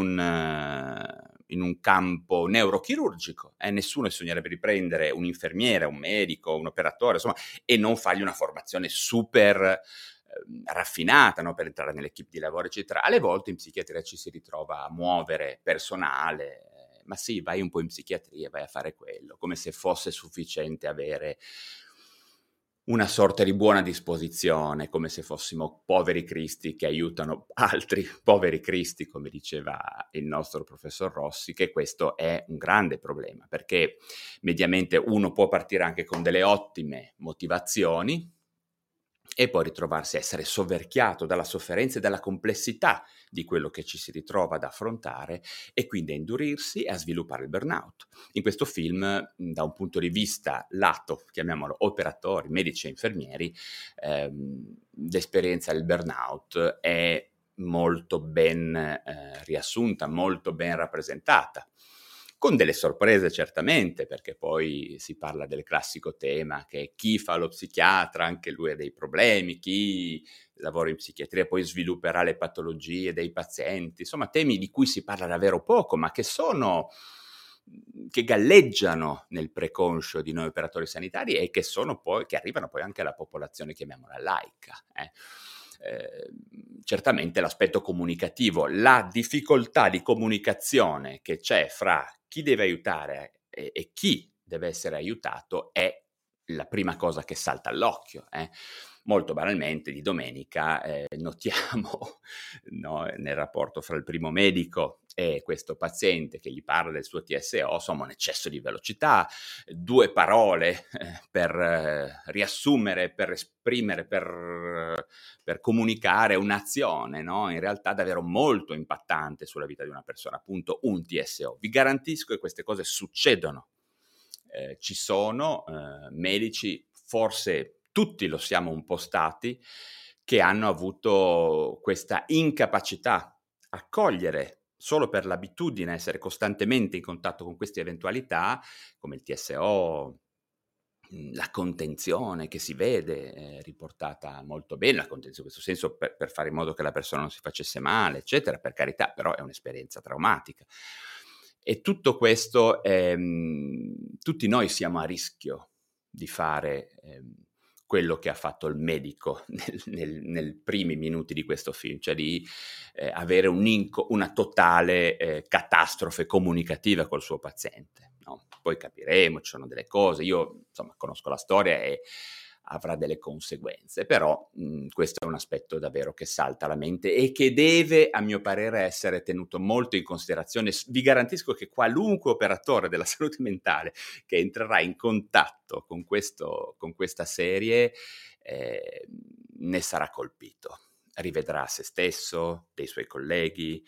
un campo neurochirurgico. Nessuno sognerebbe di prendere un infermiere, un medico, un operatore, insomma, e non fargli una formazione super raffinata, no, per entrare nell'equipe di lavoro, eccetera. Alle volte in psichiatria ci si ritrova a muovere personale. Ma sì, vai un po' in psichiatria, vai a fare quello, come se fosse sufficiente avere una sorta di buona disposizione, come se fossimo poveri cristi che aiutano altri poveri cristi, come diceva il nostro professor Rossi, che questo è un grande problema, perché mediamente uno può partire anche con delle ottime motivazioni e poi ritrovarsi a essere soverchiato dalla sofferenza e dalla complessità di quello che ci si ritrova ad affrontare, e quindi a indurirsi e a sviluppare il burnout. In questo film, da un punto di vista lato, chiamiamolo operatori, medici e infermieri, l'esperienza del burnout è molto ben riassunta, molto ben rappresentata, con delle sorprese certamente, perché poi si parla del classico tema che chi fa lo psichiatra, anche lui ha dei problemi, chi lavora in psichiatria poi svilupperà le patologie dei pazienti, insomma temi di cui si parla davvero poco, ma che galleggiano nel preconscio di noi operatori sanitari e che arrivano poi anche alla popolazione, chiamiamola laica. Certamente l'aspetto comunicativo, la difficoltà di comunicazione che c'è fra chi deve aiutare e chi deve essere aiutato è la prima cosa che salta all'occhio. Molto banalmente di domenica notiamo nel rapporto fra il primo medico e questo paziente che gli parla del suo TSO, insomma un eccesso di velocità, 2 parole per riassumere, per esprimere, per comunicare un'azione, no? In realtà davvero molto impattante sulla vita di una persona, appunto un TSO. Vi garantisco che queste cose succedono. Ci sono medici, forse tutti lo siamo un po' stati, che hanno avuto questa incapacità a cogliere solo per l'abitudine a essere costantemente in contatto con queste eventualità, come il TSO, la contenzione che si vede riportata molto bene, la contenzione in questo senso per fare in modo che la persona non si facesse male, eccetera, per carità, però è un'esperienza traumatica. E tutto questo, tutti noi siamo a rischio di fare quello che ha fatto il medico nei primi minuti di questo film, cioè di avere una totale catastrofe comunicativa col suo paziente. No? Poi capiremo, ci sono delle cose, io insomma conosco la storia e avrà delle conseguenze, però questo è un aspetto davvero che salta alla mente e che deve, a mio parere, essere tenuto molto in considerazione. Vi garantisco che qualunque operatore della salute mentale che entrerà in contatto con questa serie ne sarà colpito. Rivedrà se stesso, dei suoi colleghi,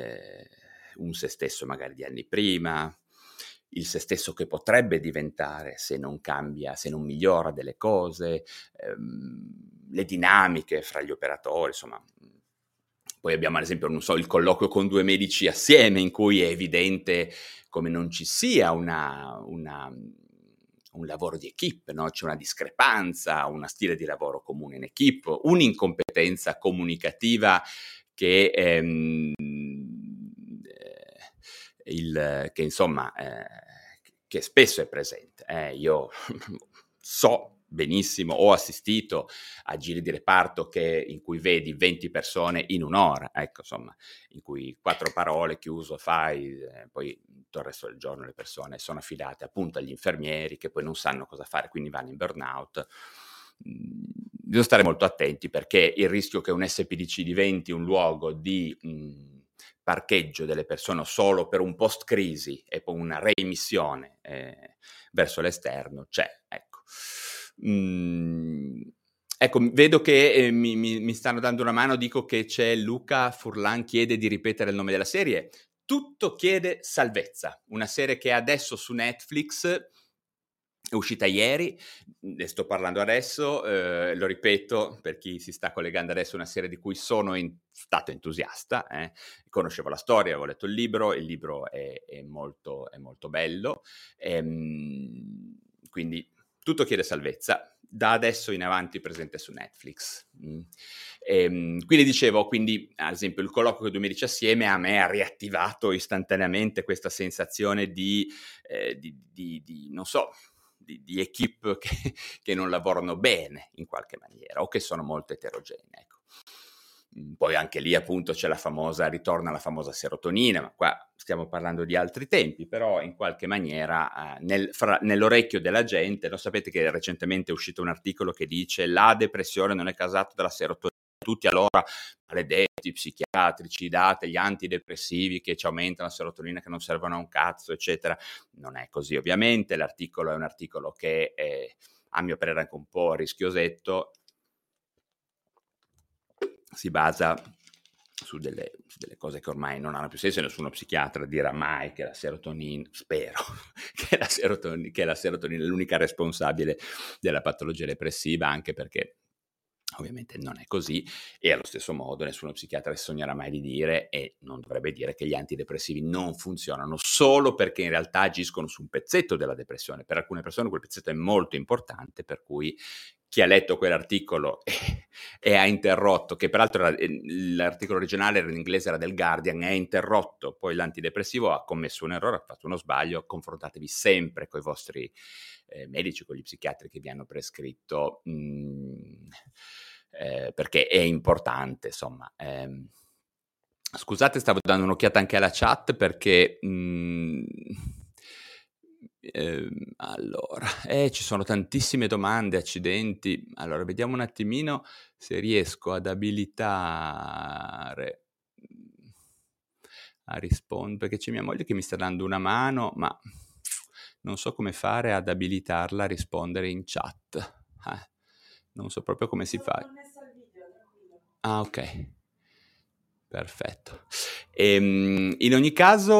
un se stesso magari di anni prima, il se stesso che potrebbe diventare se non cambia, se non migliora delle cose, le dinamiche fra gli operatori, insomma. Poi abbiamo ad esempio, non so, il colloquio con 2 medici assieme in cui è evidente come non ci sia un lavoro di equipe, no? C'è una discrepanza, uno stile di lavoro comune in equipe, un'incompetenza comunicativa che che spesso è presente. Io so benissimo, ho assistito a giri di reparto in cui vedi 20 persone in un'ora, ecco, insomma, in cui 4 parole, chiuso, fai, poi tutto il resto del giorno le persone sono affidate appunto agli infermieri che poi non sanno cosa fare, quindi vanno in burnout. Bisogna stare molto attenti perché il rischio che un SPDC diventi un luogo di parcheggio delle persone solo per un post-crisi e poi una reimissione verso l'esterno c'è, ecco. Ecco, vedo che mi stanno dando una mano, dico che c'è Luca Furlan, chiede di ripetere il nome della serie. Tutto chiede salvezza, una serie che è adesso su Netflix, è uscita ieri, ne sto parlando adesso, lo ripeto per chi si sta collegando adesso, è una serie di cui sono stato entusiasta, conoscevo la storia, avevo letto il libro è molto bello, quindi tutto chiede salvezza, da adesso in avanti presente su Netflix. Quindi dicevo, ad esempio il colloquio con 2 medici assieme a me ha riattivato istantaneamente questa sensazione di non so, di equipe che non lavorano bene in qualche maniera o che sono molto eterogenee, ecco. Poi anche lì appunto ritorna la famosa serotonina, ma qua stiamo parlando di altri tempi, però in qualche maniera nell'orecchio della gente, lo sapete che recentemente è uscito un articolo che dice la depressione non è causata dalla serotonina, tutti allora maledetti psichiatrici, date gli antidepressivi che ci aumentano la serotonina che non servono a un cazzo, eccetera. Non è così ovviamente, l'articolo è un articolo che è, a mio parere, anche un po' rischiosetto, si basa su delle cose che ormai non hanno più senso e nessuno psichiatra dirà mai che la serotonina, spero, che la serotonina è l'unica responsabile della patologia depressiva, anche perché Ovviamente non è così, e allo stesso modo nessuno psichiatra sognerà mai di dire, e non dovrebbe dire, che gli antidepressivi non funzionano solo perché in realtà agiscono su un pezzetto della depressione. Per alcune persone quel pezzetto è molto importante, per cui chi ha letto quell'articolo e ha interrotto, che peraltro l'articolo originale era in inglese, era del Guardian, è interrotto poi l'antidepressivo, ha commesso un errore, ha fatto uno sbaglio. Confrontatevi sempre con i vostri medici, con gli psichiatri che vi hanno prescritto, perché è importante, insomma. Scusate, stavo dando un'occhiata anche alla chat perché allora, ci sono tantissime domande, accidenti. Allora, vediamo un attimino se riesco ad abilitare a rispondere, perché c'è mia moglie che mi sta dando una mano, ma non so come fare ad abilitarla a rispondere in chat. Non so proprio come si fa. Ah, ok. Perfetto. In ogni caso,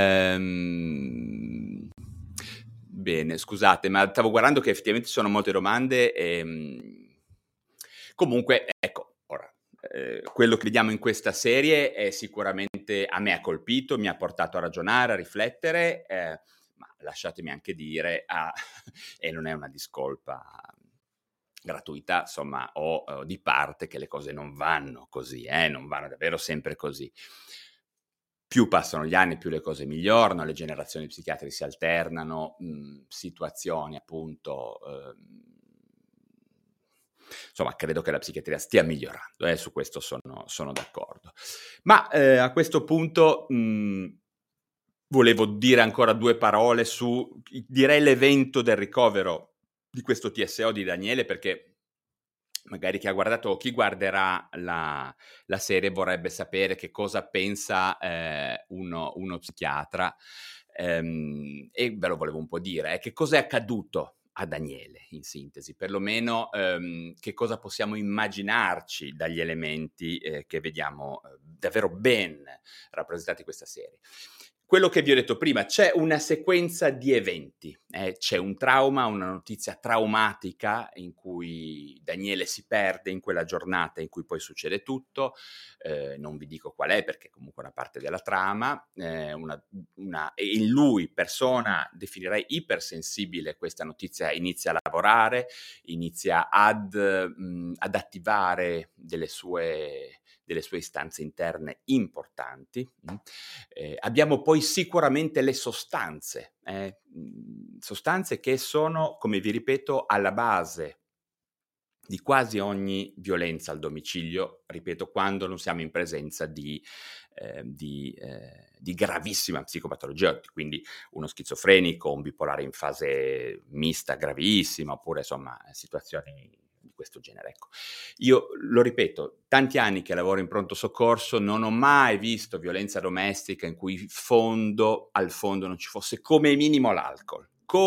bene, scusate, ma stavo guardando che effettivamente ci sono molte domande. Comunque, ecco, ora, quello che vediamo in questa serie è sicuramente, a me ha colpito, mi ha portato a ragionare, a riflettere, ma lasciatemi anche dire, e non è una discolpa gratuita, insomma, o di parte, che le cose non vanno così, non vanno davvero sempre così. Più passano gli anni, più le cose migliorano, le generazioni di psichiatri si alternano, situazioni appunto, insomma, credo che la psichiatria stia migliorando, su questo sono d'accordo. Ma a questo punto volevo dire ancora 2 parole su, direi, l'evento del ricovero di questo TSO di Daniele, perché magari chi ha guardato o chi guarderà la serie vorrebbe sapere che cosa pensa uno psichiatra, e ve lo volevo un po' dire. Che cosa è accaduto a Daniele, in sintesi, perlomeno che cosa possiamo immaginarci dagli elementi che vediamo davvero ben rappresentati in questa serie. Quello che vi ho detto prima, c'è una sequenza di eventi, c'è un trauma, una notizia traumatica in cui Daniele si perde in quella giornata in cui poi succede tutto, non vi dico qual è perché comunque è una parte della trama, e in lui, persona, definirei ipersensibile, questa notizia inizia a lavorare, inizia ad attivare delle sue istanze interne importanti. Abbiamo poi sicuramente le sostanze che sono, come vi ripeto, alla base di quasi ogni violenza al domicilio, ripeto, quando non siamo in presenza di gravissima psicopatologia, quindi uno schizofrenico, un bipolare in fase mista gravissima, oppure insomma situazioni di questo genere. Ecco, io lo ripeto, tanti anni che lavoro in pronto soccorso, non ho mai visto violenza domestica in cui al fondo non ci fosse come minimo l'alcol,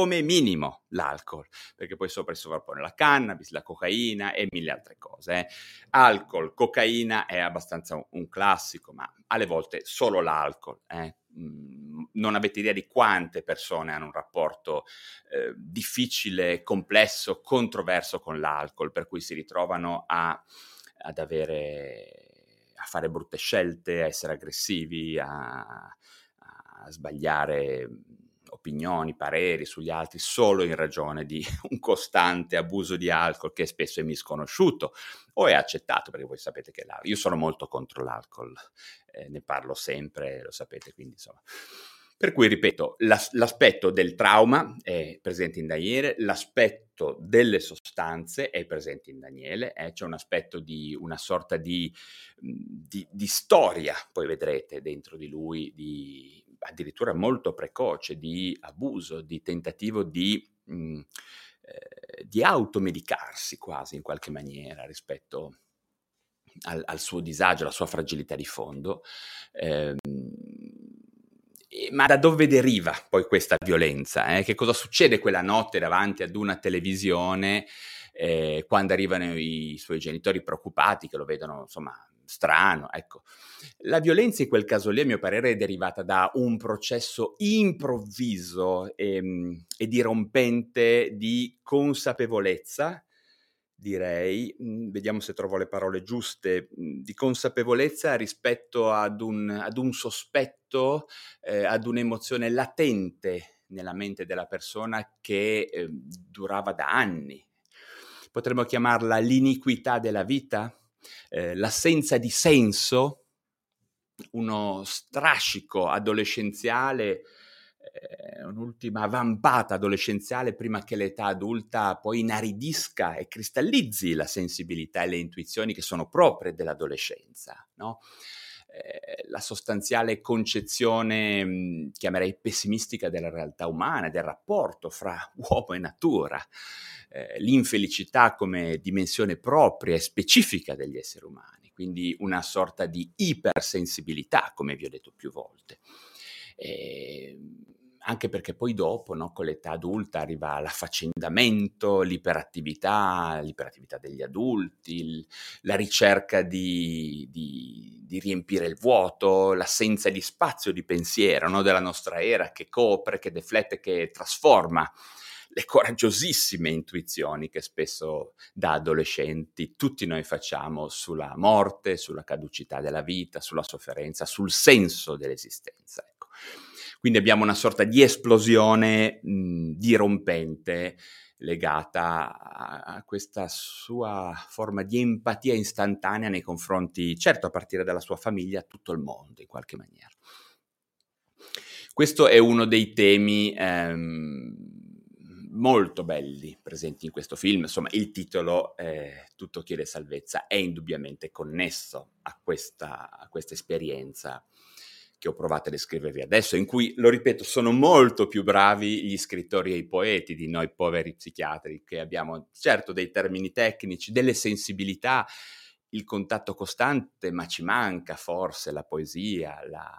perché poi sopra si sovrappone la cannabis, la cocaina e 1000 altre cose. Alcol, cocaina è abbastanza un classico, ma alle volte solo l'alcol. Non avete idea di quante persone hanno un rapporto difficile, complesso, controverso con l'alcol, per cui si ritrovano a fare brutte scelte, a essere aggressivi, a sbagliare opinioni, pareri sugli altri solo in ragione di un costante abuso di alcol che spesso è misconosciuto o è accettato, perché voi sapete che io sono molto contro l'alcol, ne parlo sempre, lo sapete, quindi insomma. Per cui, ripeto, l'aspetto del trauma è presente in Daniele, l'aspetto delle sostanze è presente in Daniele, c'è un aspetto di una sorta di storia, poi vedrete, dentro di lui, addirittura molto precoce, di abuso, di tentativo di automedicarsi quasi in qualche maniera rispetto al suo disagio, alla sua fragilità di fondo. Ma da dove deriva poi questa violenza? Che cosa succede quella notte davanti ad una televisione quando arrivano i suoi genitori preoccupati che lo vedono, insomma, strano? Ecco, la violenza in quel caso lì, a mio parere, è derivata da un processo improvviso e dirompente di consapevolezza direi, vediamo se trovo le parole giuste, di consapevolezza rispetto ad un sospetto, ad un'emozione latente nella mente della persona che, durava da anni. Potremmo chiamarla l'iniquità della vita, l'assenza di senso, uno strascico adolescenziale, un'ultima vampata adolescenziale prima che l'età adulta poi inaridisca e cristallizzi la sensibilità e le intuizioni che sono proprie dell'adolescenza, no? La sostanziale concezione, chiamerei pessimistica della realtà umana, del rapporto fra uomo e natura, l'infelicità come dimensione propria e specifica degli esseri umani, quindi una sorta di ipersensibilità, come vi ho detto più volte. Anche perché poi dopo, no, con l'età adulta arriva l'affaccendamento, l'iperattività degli adulti, la ricerca di riempire il vuoto, l'assenza di spazio di pensiero, no, della nostra era, che copre, che deflette, che trasforma le coraggiosissime intuizioni che spesso da adolescenti tutti noi facciamo sulla morte, sulla caducità della vita, sulla sofferenza, sul senso dell'esistenza. Ecco. Quindi abbiamo una sorta di esplosione dirompente legata a questa sua forma di empatia istantanea nei confronti, certo a partire dalla sua famiglia, tutto il mondo in qualche maniera. Questo è uno dei temi molto belli presenti in questo film. Insomma, il titolo Tutto chiede salvezza è indubbiamente connesso a questa esperienza che ho provato a descrivervi adesso, in cui, lo ripeto, sono molto più bravi gli scrittori e i poeti di noi poveri psichiatri, che abbiamo certo dei termini tecnici, delle sensibilità, il contatto costante, ma ci manca forse la poesia,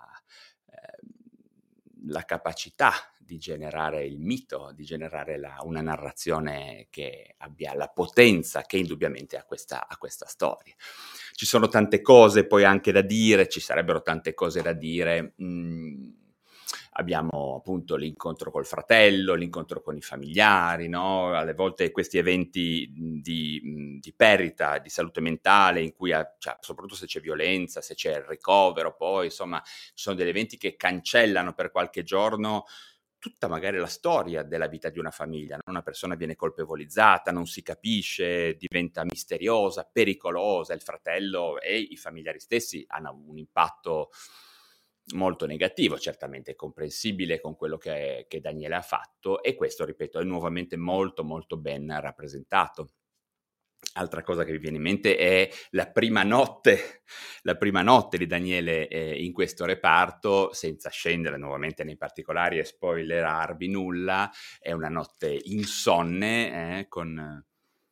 la capacità di generare il mito, di generare una narrazione che abbia la potenza che indubbiamente ha questa storia. Ci sono tante cose poi anche da dire, ci sarebbero tante cose da dire. Abbiamo appunto l'incontro col fratello, l'incontro con i familiari, no? Alle volte questi eventi di perdita, di salute mentale, in cui, cioè, soprattutto se c'è violenza, se c'è il ricovero, poi insomma ci sono degli eventi che cancellano per qualche giorno tutta magari la storia della vita di una famiglia, no? Una persona viene colpevolizzata, non si capisce, diventa misteriosa, pericolosa, il fratello e i familiari stessi hanno un impatto molto negativo, certamente comprensibile con quello che Daniele ha fatto, e questo, ripeto, è nuovamente molto molto ben rappresentato. Altra cosa che mi viene in mente è la prima notte di Daniele in questo reparto, senza scendere nuovamente nei particolari e spoilerarvi nulla. È una notte insonne, con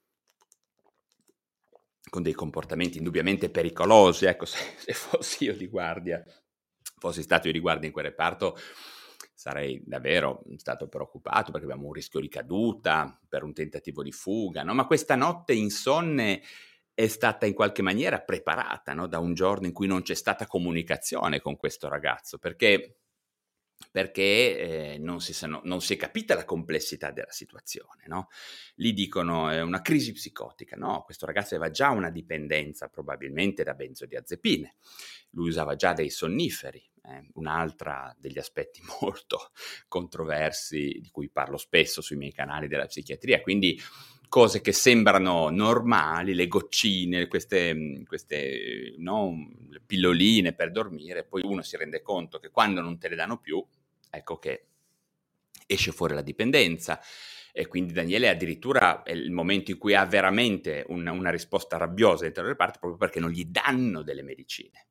dei comportamenti indubbiamente pericolosi. Ecco, se fossi stato io di guardia in quel reparto, sarei davvero stato preoccupato, perché abbiamo un rischio di caduta per un tentativo di fuga, no? Ma questa notte insonne è stata in qualche maniera preparata, no? Da un giorno in cui non c'è stata comunicazione con questo ragazzo, perché non si è capita la complessità della situazione, no? Lì dicono è una crisi psicotica, no? Questo ragazzo aveva già una dipendenza probabilmente da benzodiazepine, lui usava già dei sonniferi, un'altra degli aspetti molto controversi di cui parlo spesso sui miei canali della psichiatria, quindi cose che sembrano normali, le goccine, queste no, le pilloline per dormire, poi uno si rende conto che quando non te le danno più, ecco che esce fuori la dipendenza. E quindi Daniele addirittura è il momento in cui ha veramente una risposta rabbiosa all'interno del reparto, proprio perché non gli danno delle medicine.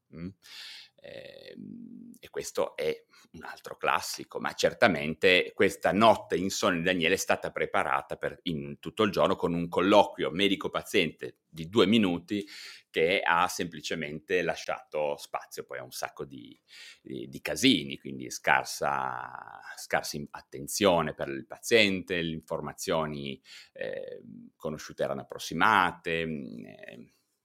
E questo è un altro classico, ma certamente questa notte insonne di Daniele è stata preparata in tutto il giorno con un colloquio medico-paziente di 2 minuti che ha semplicemente lasciato spazio poi a un sacco di casini, quindi scarsa attenzione per il paziente, le informazioni conosciute erano approssimate,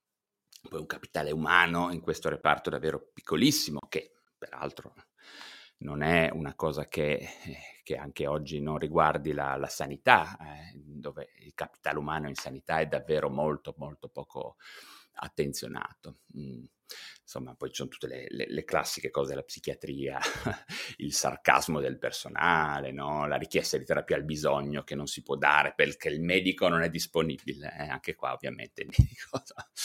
poi un capitale umano in questo reparto davvero piccolissimo, che peraltro non è una cosa che anche oggi non riguardi la sanità, dove il capitale umano in sanità è davvero molto, molto poco attenzionato. Insomma, poi ci sono tutte le classiche cose della psichiatria, il sarcasmo del personale, no? La richiesta di terapia al bisogno che non si può dare perché il medico non è disponibile. Anche qua ovviamente il medico...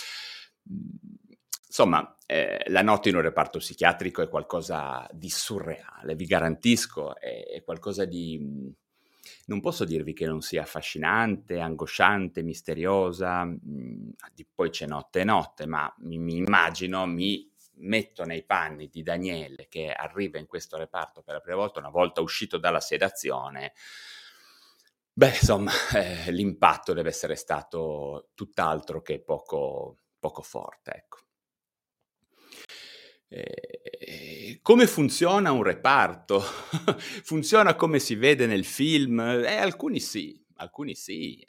Insomma, la notte in un reparto psichiatrico è qualcosa di surreale, vi garantisco, è qualcosa di... Non posso dirvi che non sia affascinante, angosciante, misteriosa, poi c'è notte e notte, ma mi immagino, mi metto nei panni di Daniele che arriva in questo reparto per la prima volta, una volta uscito dalla sedazione. Beh, insomma, l'impatto deve essere stato tutt'altro che poco forte, ecco. Come funziona un reparto? Funziona come si vede nel film? Alcuni sì, alcuni sì,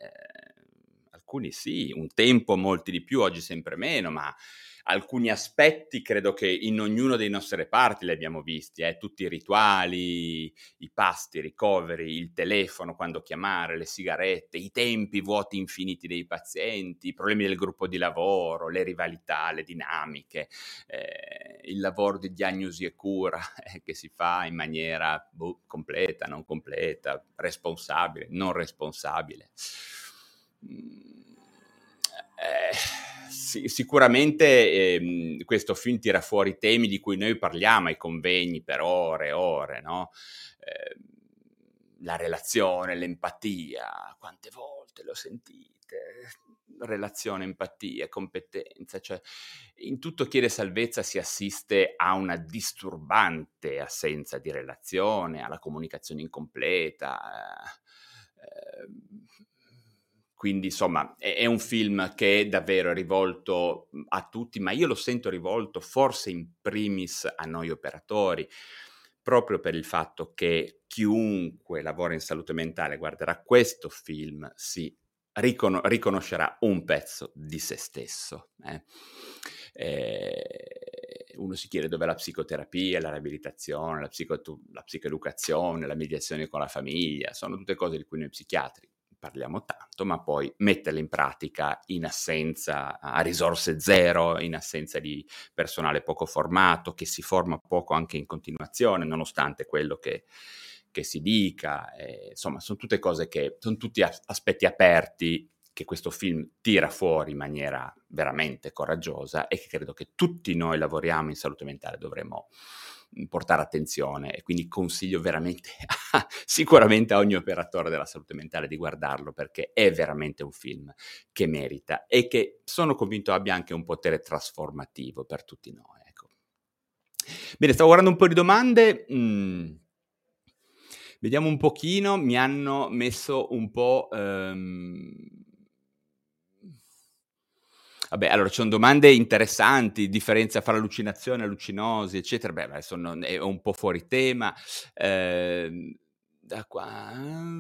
un tempo molti di più, oggi sempre meno, ma alcuni aspetti credo che in ognuno dei nostri reparti li abbiamo visti, tutti i rituali, i pasti, i ricoveri, il telefono, quando chiamare, le sigarette, i tempi vuoti infiniti dei pazienti, i problemi del gruppo di lavoro, le rivalità, le dinamiche, il lavoro di diagnosi e cura che si fa in maniera completa, non completa, responsabile, non responsabile. Sicuramente questo film tira fuori temi di cui noi parliamo ai convegni per ore e ore, no? La relazione, l'empatia, quante volte l'ho sentite? Relazione, empatia, competenza, cioè in tutto Chiede salvezza si assiste a una disturbante assenza di relazione, alla comunicazione incompleta. Quindi insomma è un film che davvero è rivolto a tutti, ma io lo sento rivolto forse in primis a noi operatori, proprio per il fatto che chiunque lavora in salute mentale guarderà questo film si riconoscerà un pezzo di se stesso. Uno si chiede dov'è la psicoterapia, la riabilitazione, la psicoeducazione, la mediazione con la famiglia, sono tutte cose di cui noi psichiatri parliamo tanto, ma poi metterle in pratica in assenza, a risorse zero, in assenza di personale poco formato, che si forma poco anche in continuazione, nonostante quello che si dica. Insomma, sono tutte cose sono tutti aspetti aperti che questo film tira fuori in maniera veramente coraggiosa e che credo che tutti noi lavoriamo in salute mentale dovremmo portare attenzione, e quindi consiglio veramente sicuramente a ogni operatore della salute mentale di guardarlo, perché è veramente un film che merita e che sono convinto abbia anche un potere trasformativo per tutti noi, ecco. Bene, stavo guardando un po' di domande, vediamo un pochino, mi hanno messo un po'... Vabbè, allora ci sono domande interessanti, differenza fra allucinazione, allucinosi, eccetera. Beh, adesso è un po' fuori tema. Da qua...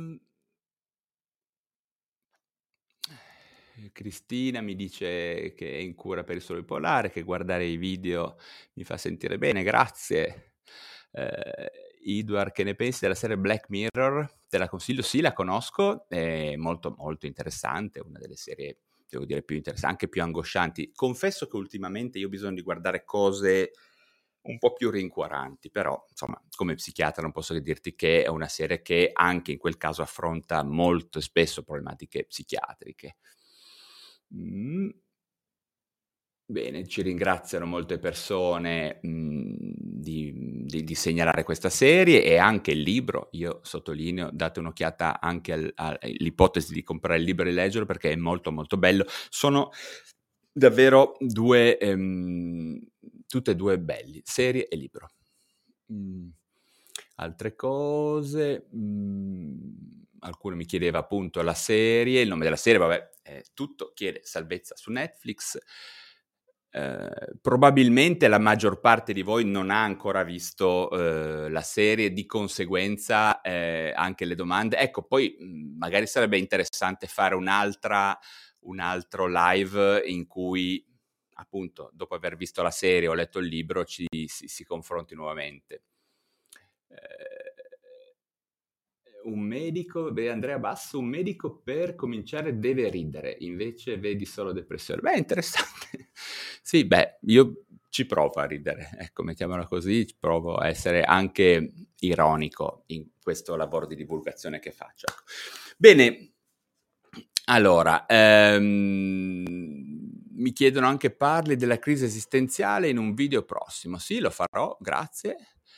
Cristina mi dice che è in cura per il sole bipolare, che guardare i video mi fa sentire bene, grazie. Edward, che ne pensi della serie Black Mirror? Te la consiglio? Sì, la conosco, è molto molto interessante, una delle serie, devo dire, più interessanti, anche più angoscianti. Confesso che ultimamente io ho bisogno di guardare cose un po' più rincuoranti, però insomma come psichiatra non posso che dirti che è una serie che anche in quel caso affronta molto e spesso problematiche psichiatriche. Bene, ci ringraziano molte persone di segnalare questa serie e anche il libro. Io sottolineo, date un'occhiata anche all'ipotesi di comprare il libro e leggerlo, perché è molto molto bello. Sono davvero tutte e due belli, serie e libro. Altre cose, qualcuno mi chiedeva appunto la serie, il nome della serie, vabbè, Tutto Chiede salvezza su Netflix. Probabilmente la maggior parte di voi non ha ancora visto la serie, di conseguenza anche le domande. Ecco, poi magari sarebbe interessante fare un altro live in cui appunto dopo aver visto la serie o letto il libro si confronti nuovamente. Un medico, Andrea Basso, un medico per cominciare deve ridere, invece vedi solo depressione. Beh, interessante. Sì, io ci provo a ridere, ecco, mettiamola così, ci provo a essere anche ironico in questo lavoro di divulgazione che faccio. Ecco. Bene, allora, mi chiedono anche parli della crisi esistenziale in un video prossimo. Sì, lo farò, grazie.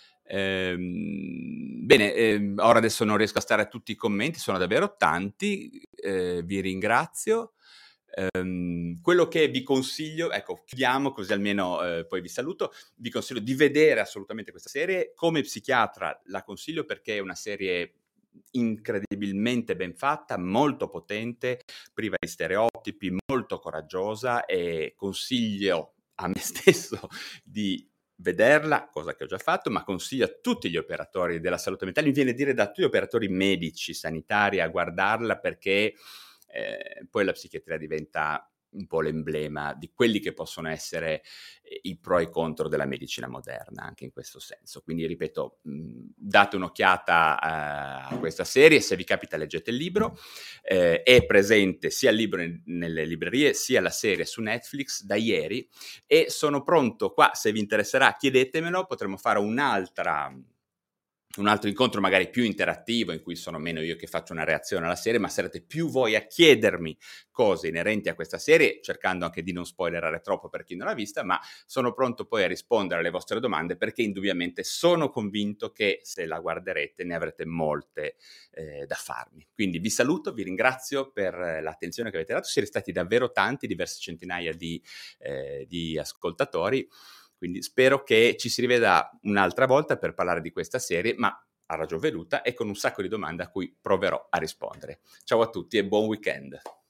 Bene, ora adesso non riesco a stare a tutti i commenti, sono davvero tanti, vi ringrazio. Quello che vi consiglio, ecco, chiudiamo così almeno poi vi saluto, vi consiglio di vedere assolutamente questa serie. Come psichiatra la consiglio perché è una serie incredibilmente ben fatta, molto potente, priva di stereotipi, molto coraggiosa, e consiglio a me stesso di vederla, cosa che ho già fatto, ma consiglio a tutti gli operatori della salute mentale, mi viene a dire da tutti gli operatori medici, sanitari, a guardarla, perché poi la psichiatria diventa un po' l'emblema di quelli che possono essere i pro e i contro della medicina moderna, anche in questo senso. Quindi, ripeto, date un'occhiata a questa serie, se vi capita leggete il libro, è presente sia il libro nelle librerie, sia la serie su Netflix da ieri, e sono pronto qua, se vi interesserà chiedetemelo, potremo fare un altro incontro magari più interattivo, in cui sono meno io che faccio una reazione alla serie, ma sarete più voi a chiedermi cose inerenti a questa serie, cercando anche di non spoilerare troppo per chi non l'ha vista, ma sono pronto poi a rispondere alle vostre domande, perché indubbiamente sono convinto che se la guarderete ne avrete molte da farmi. Quindi vi saluto, vi ringrazio per l'attenzione che avete dato, siete stati davvero tanti, diverse centinaia di ascoltatori. Quindi spero che ci si riveda un'altra volta per parlare di questa serie, ma a ragion veduta e con un sacco di domande a cui proverò a rispondere. Ciao a tutti e buon weekend.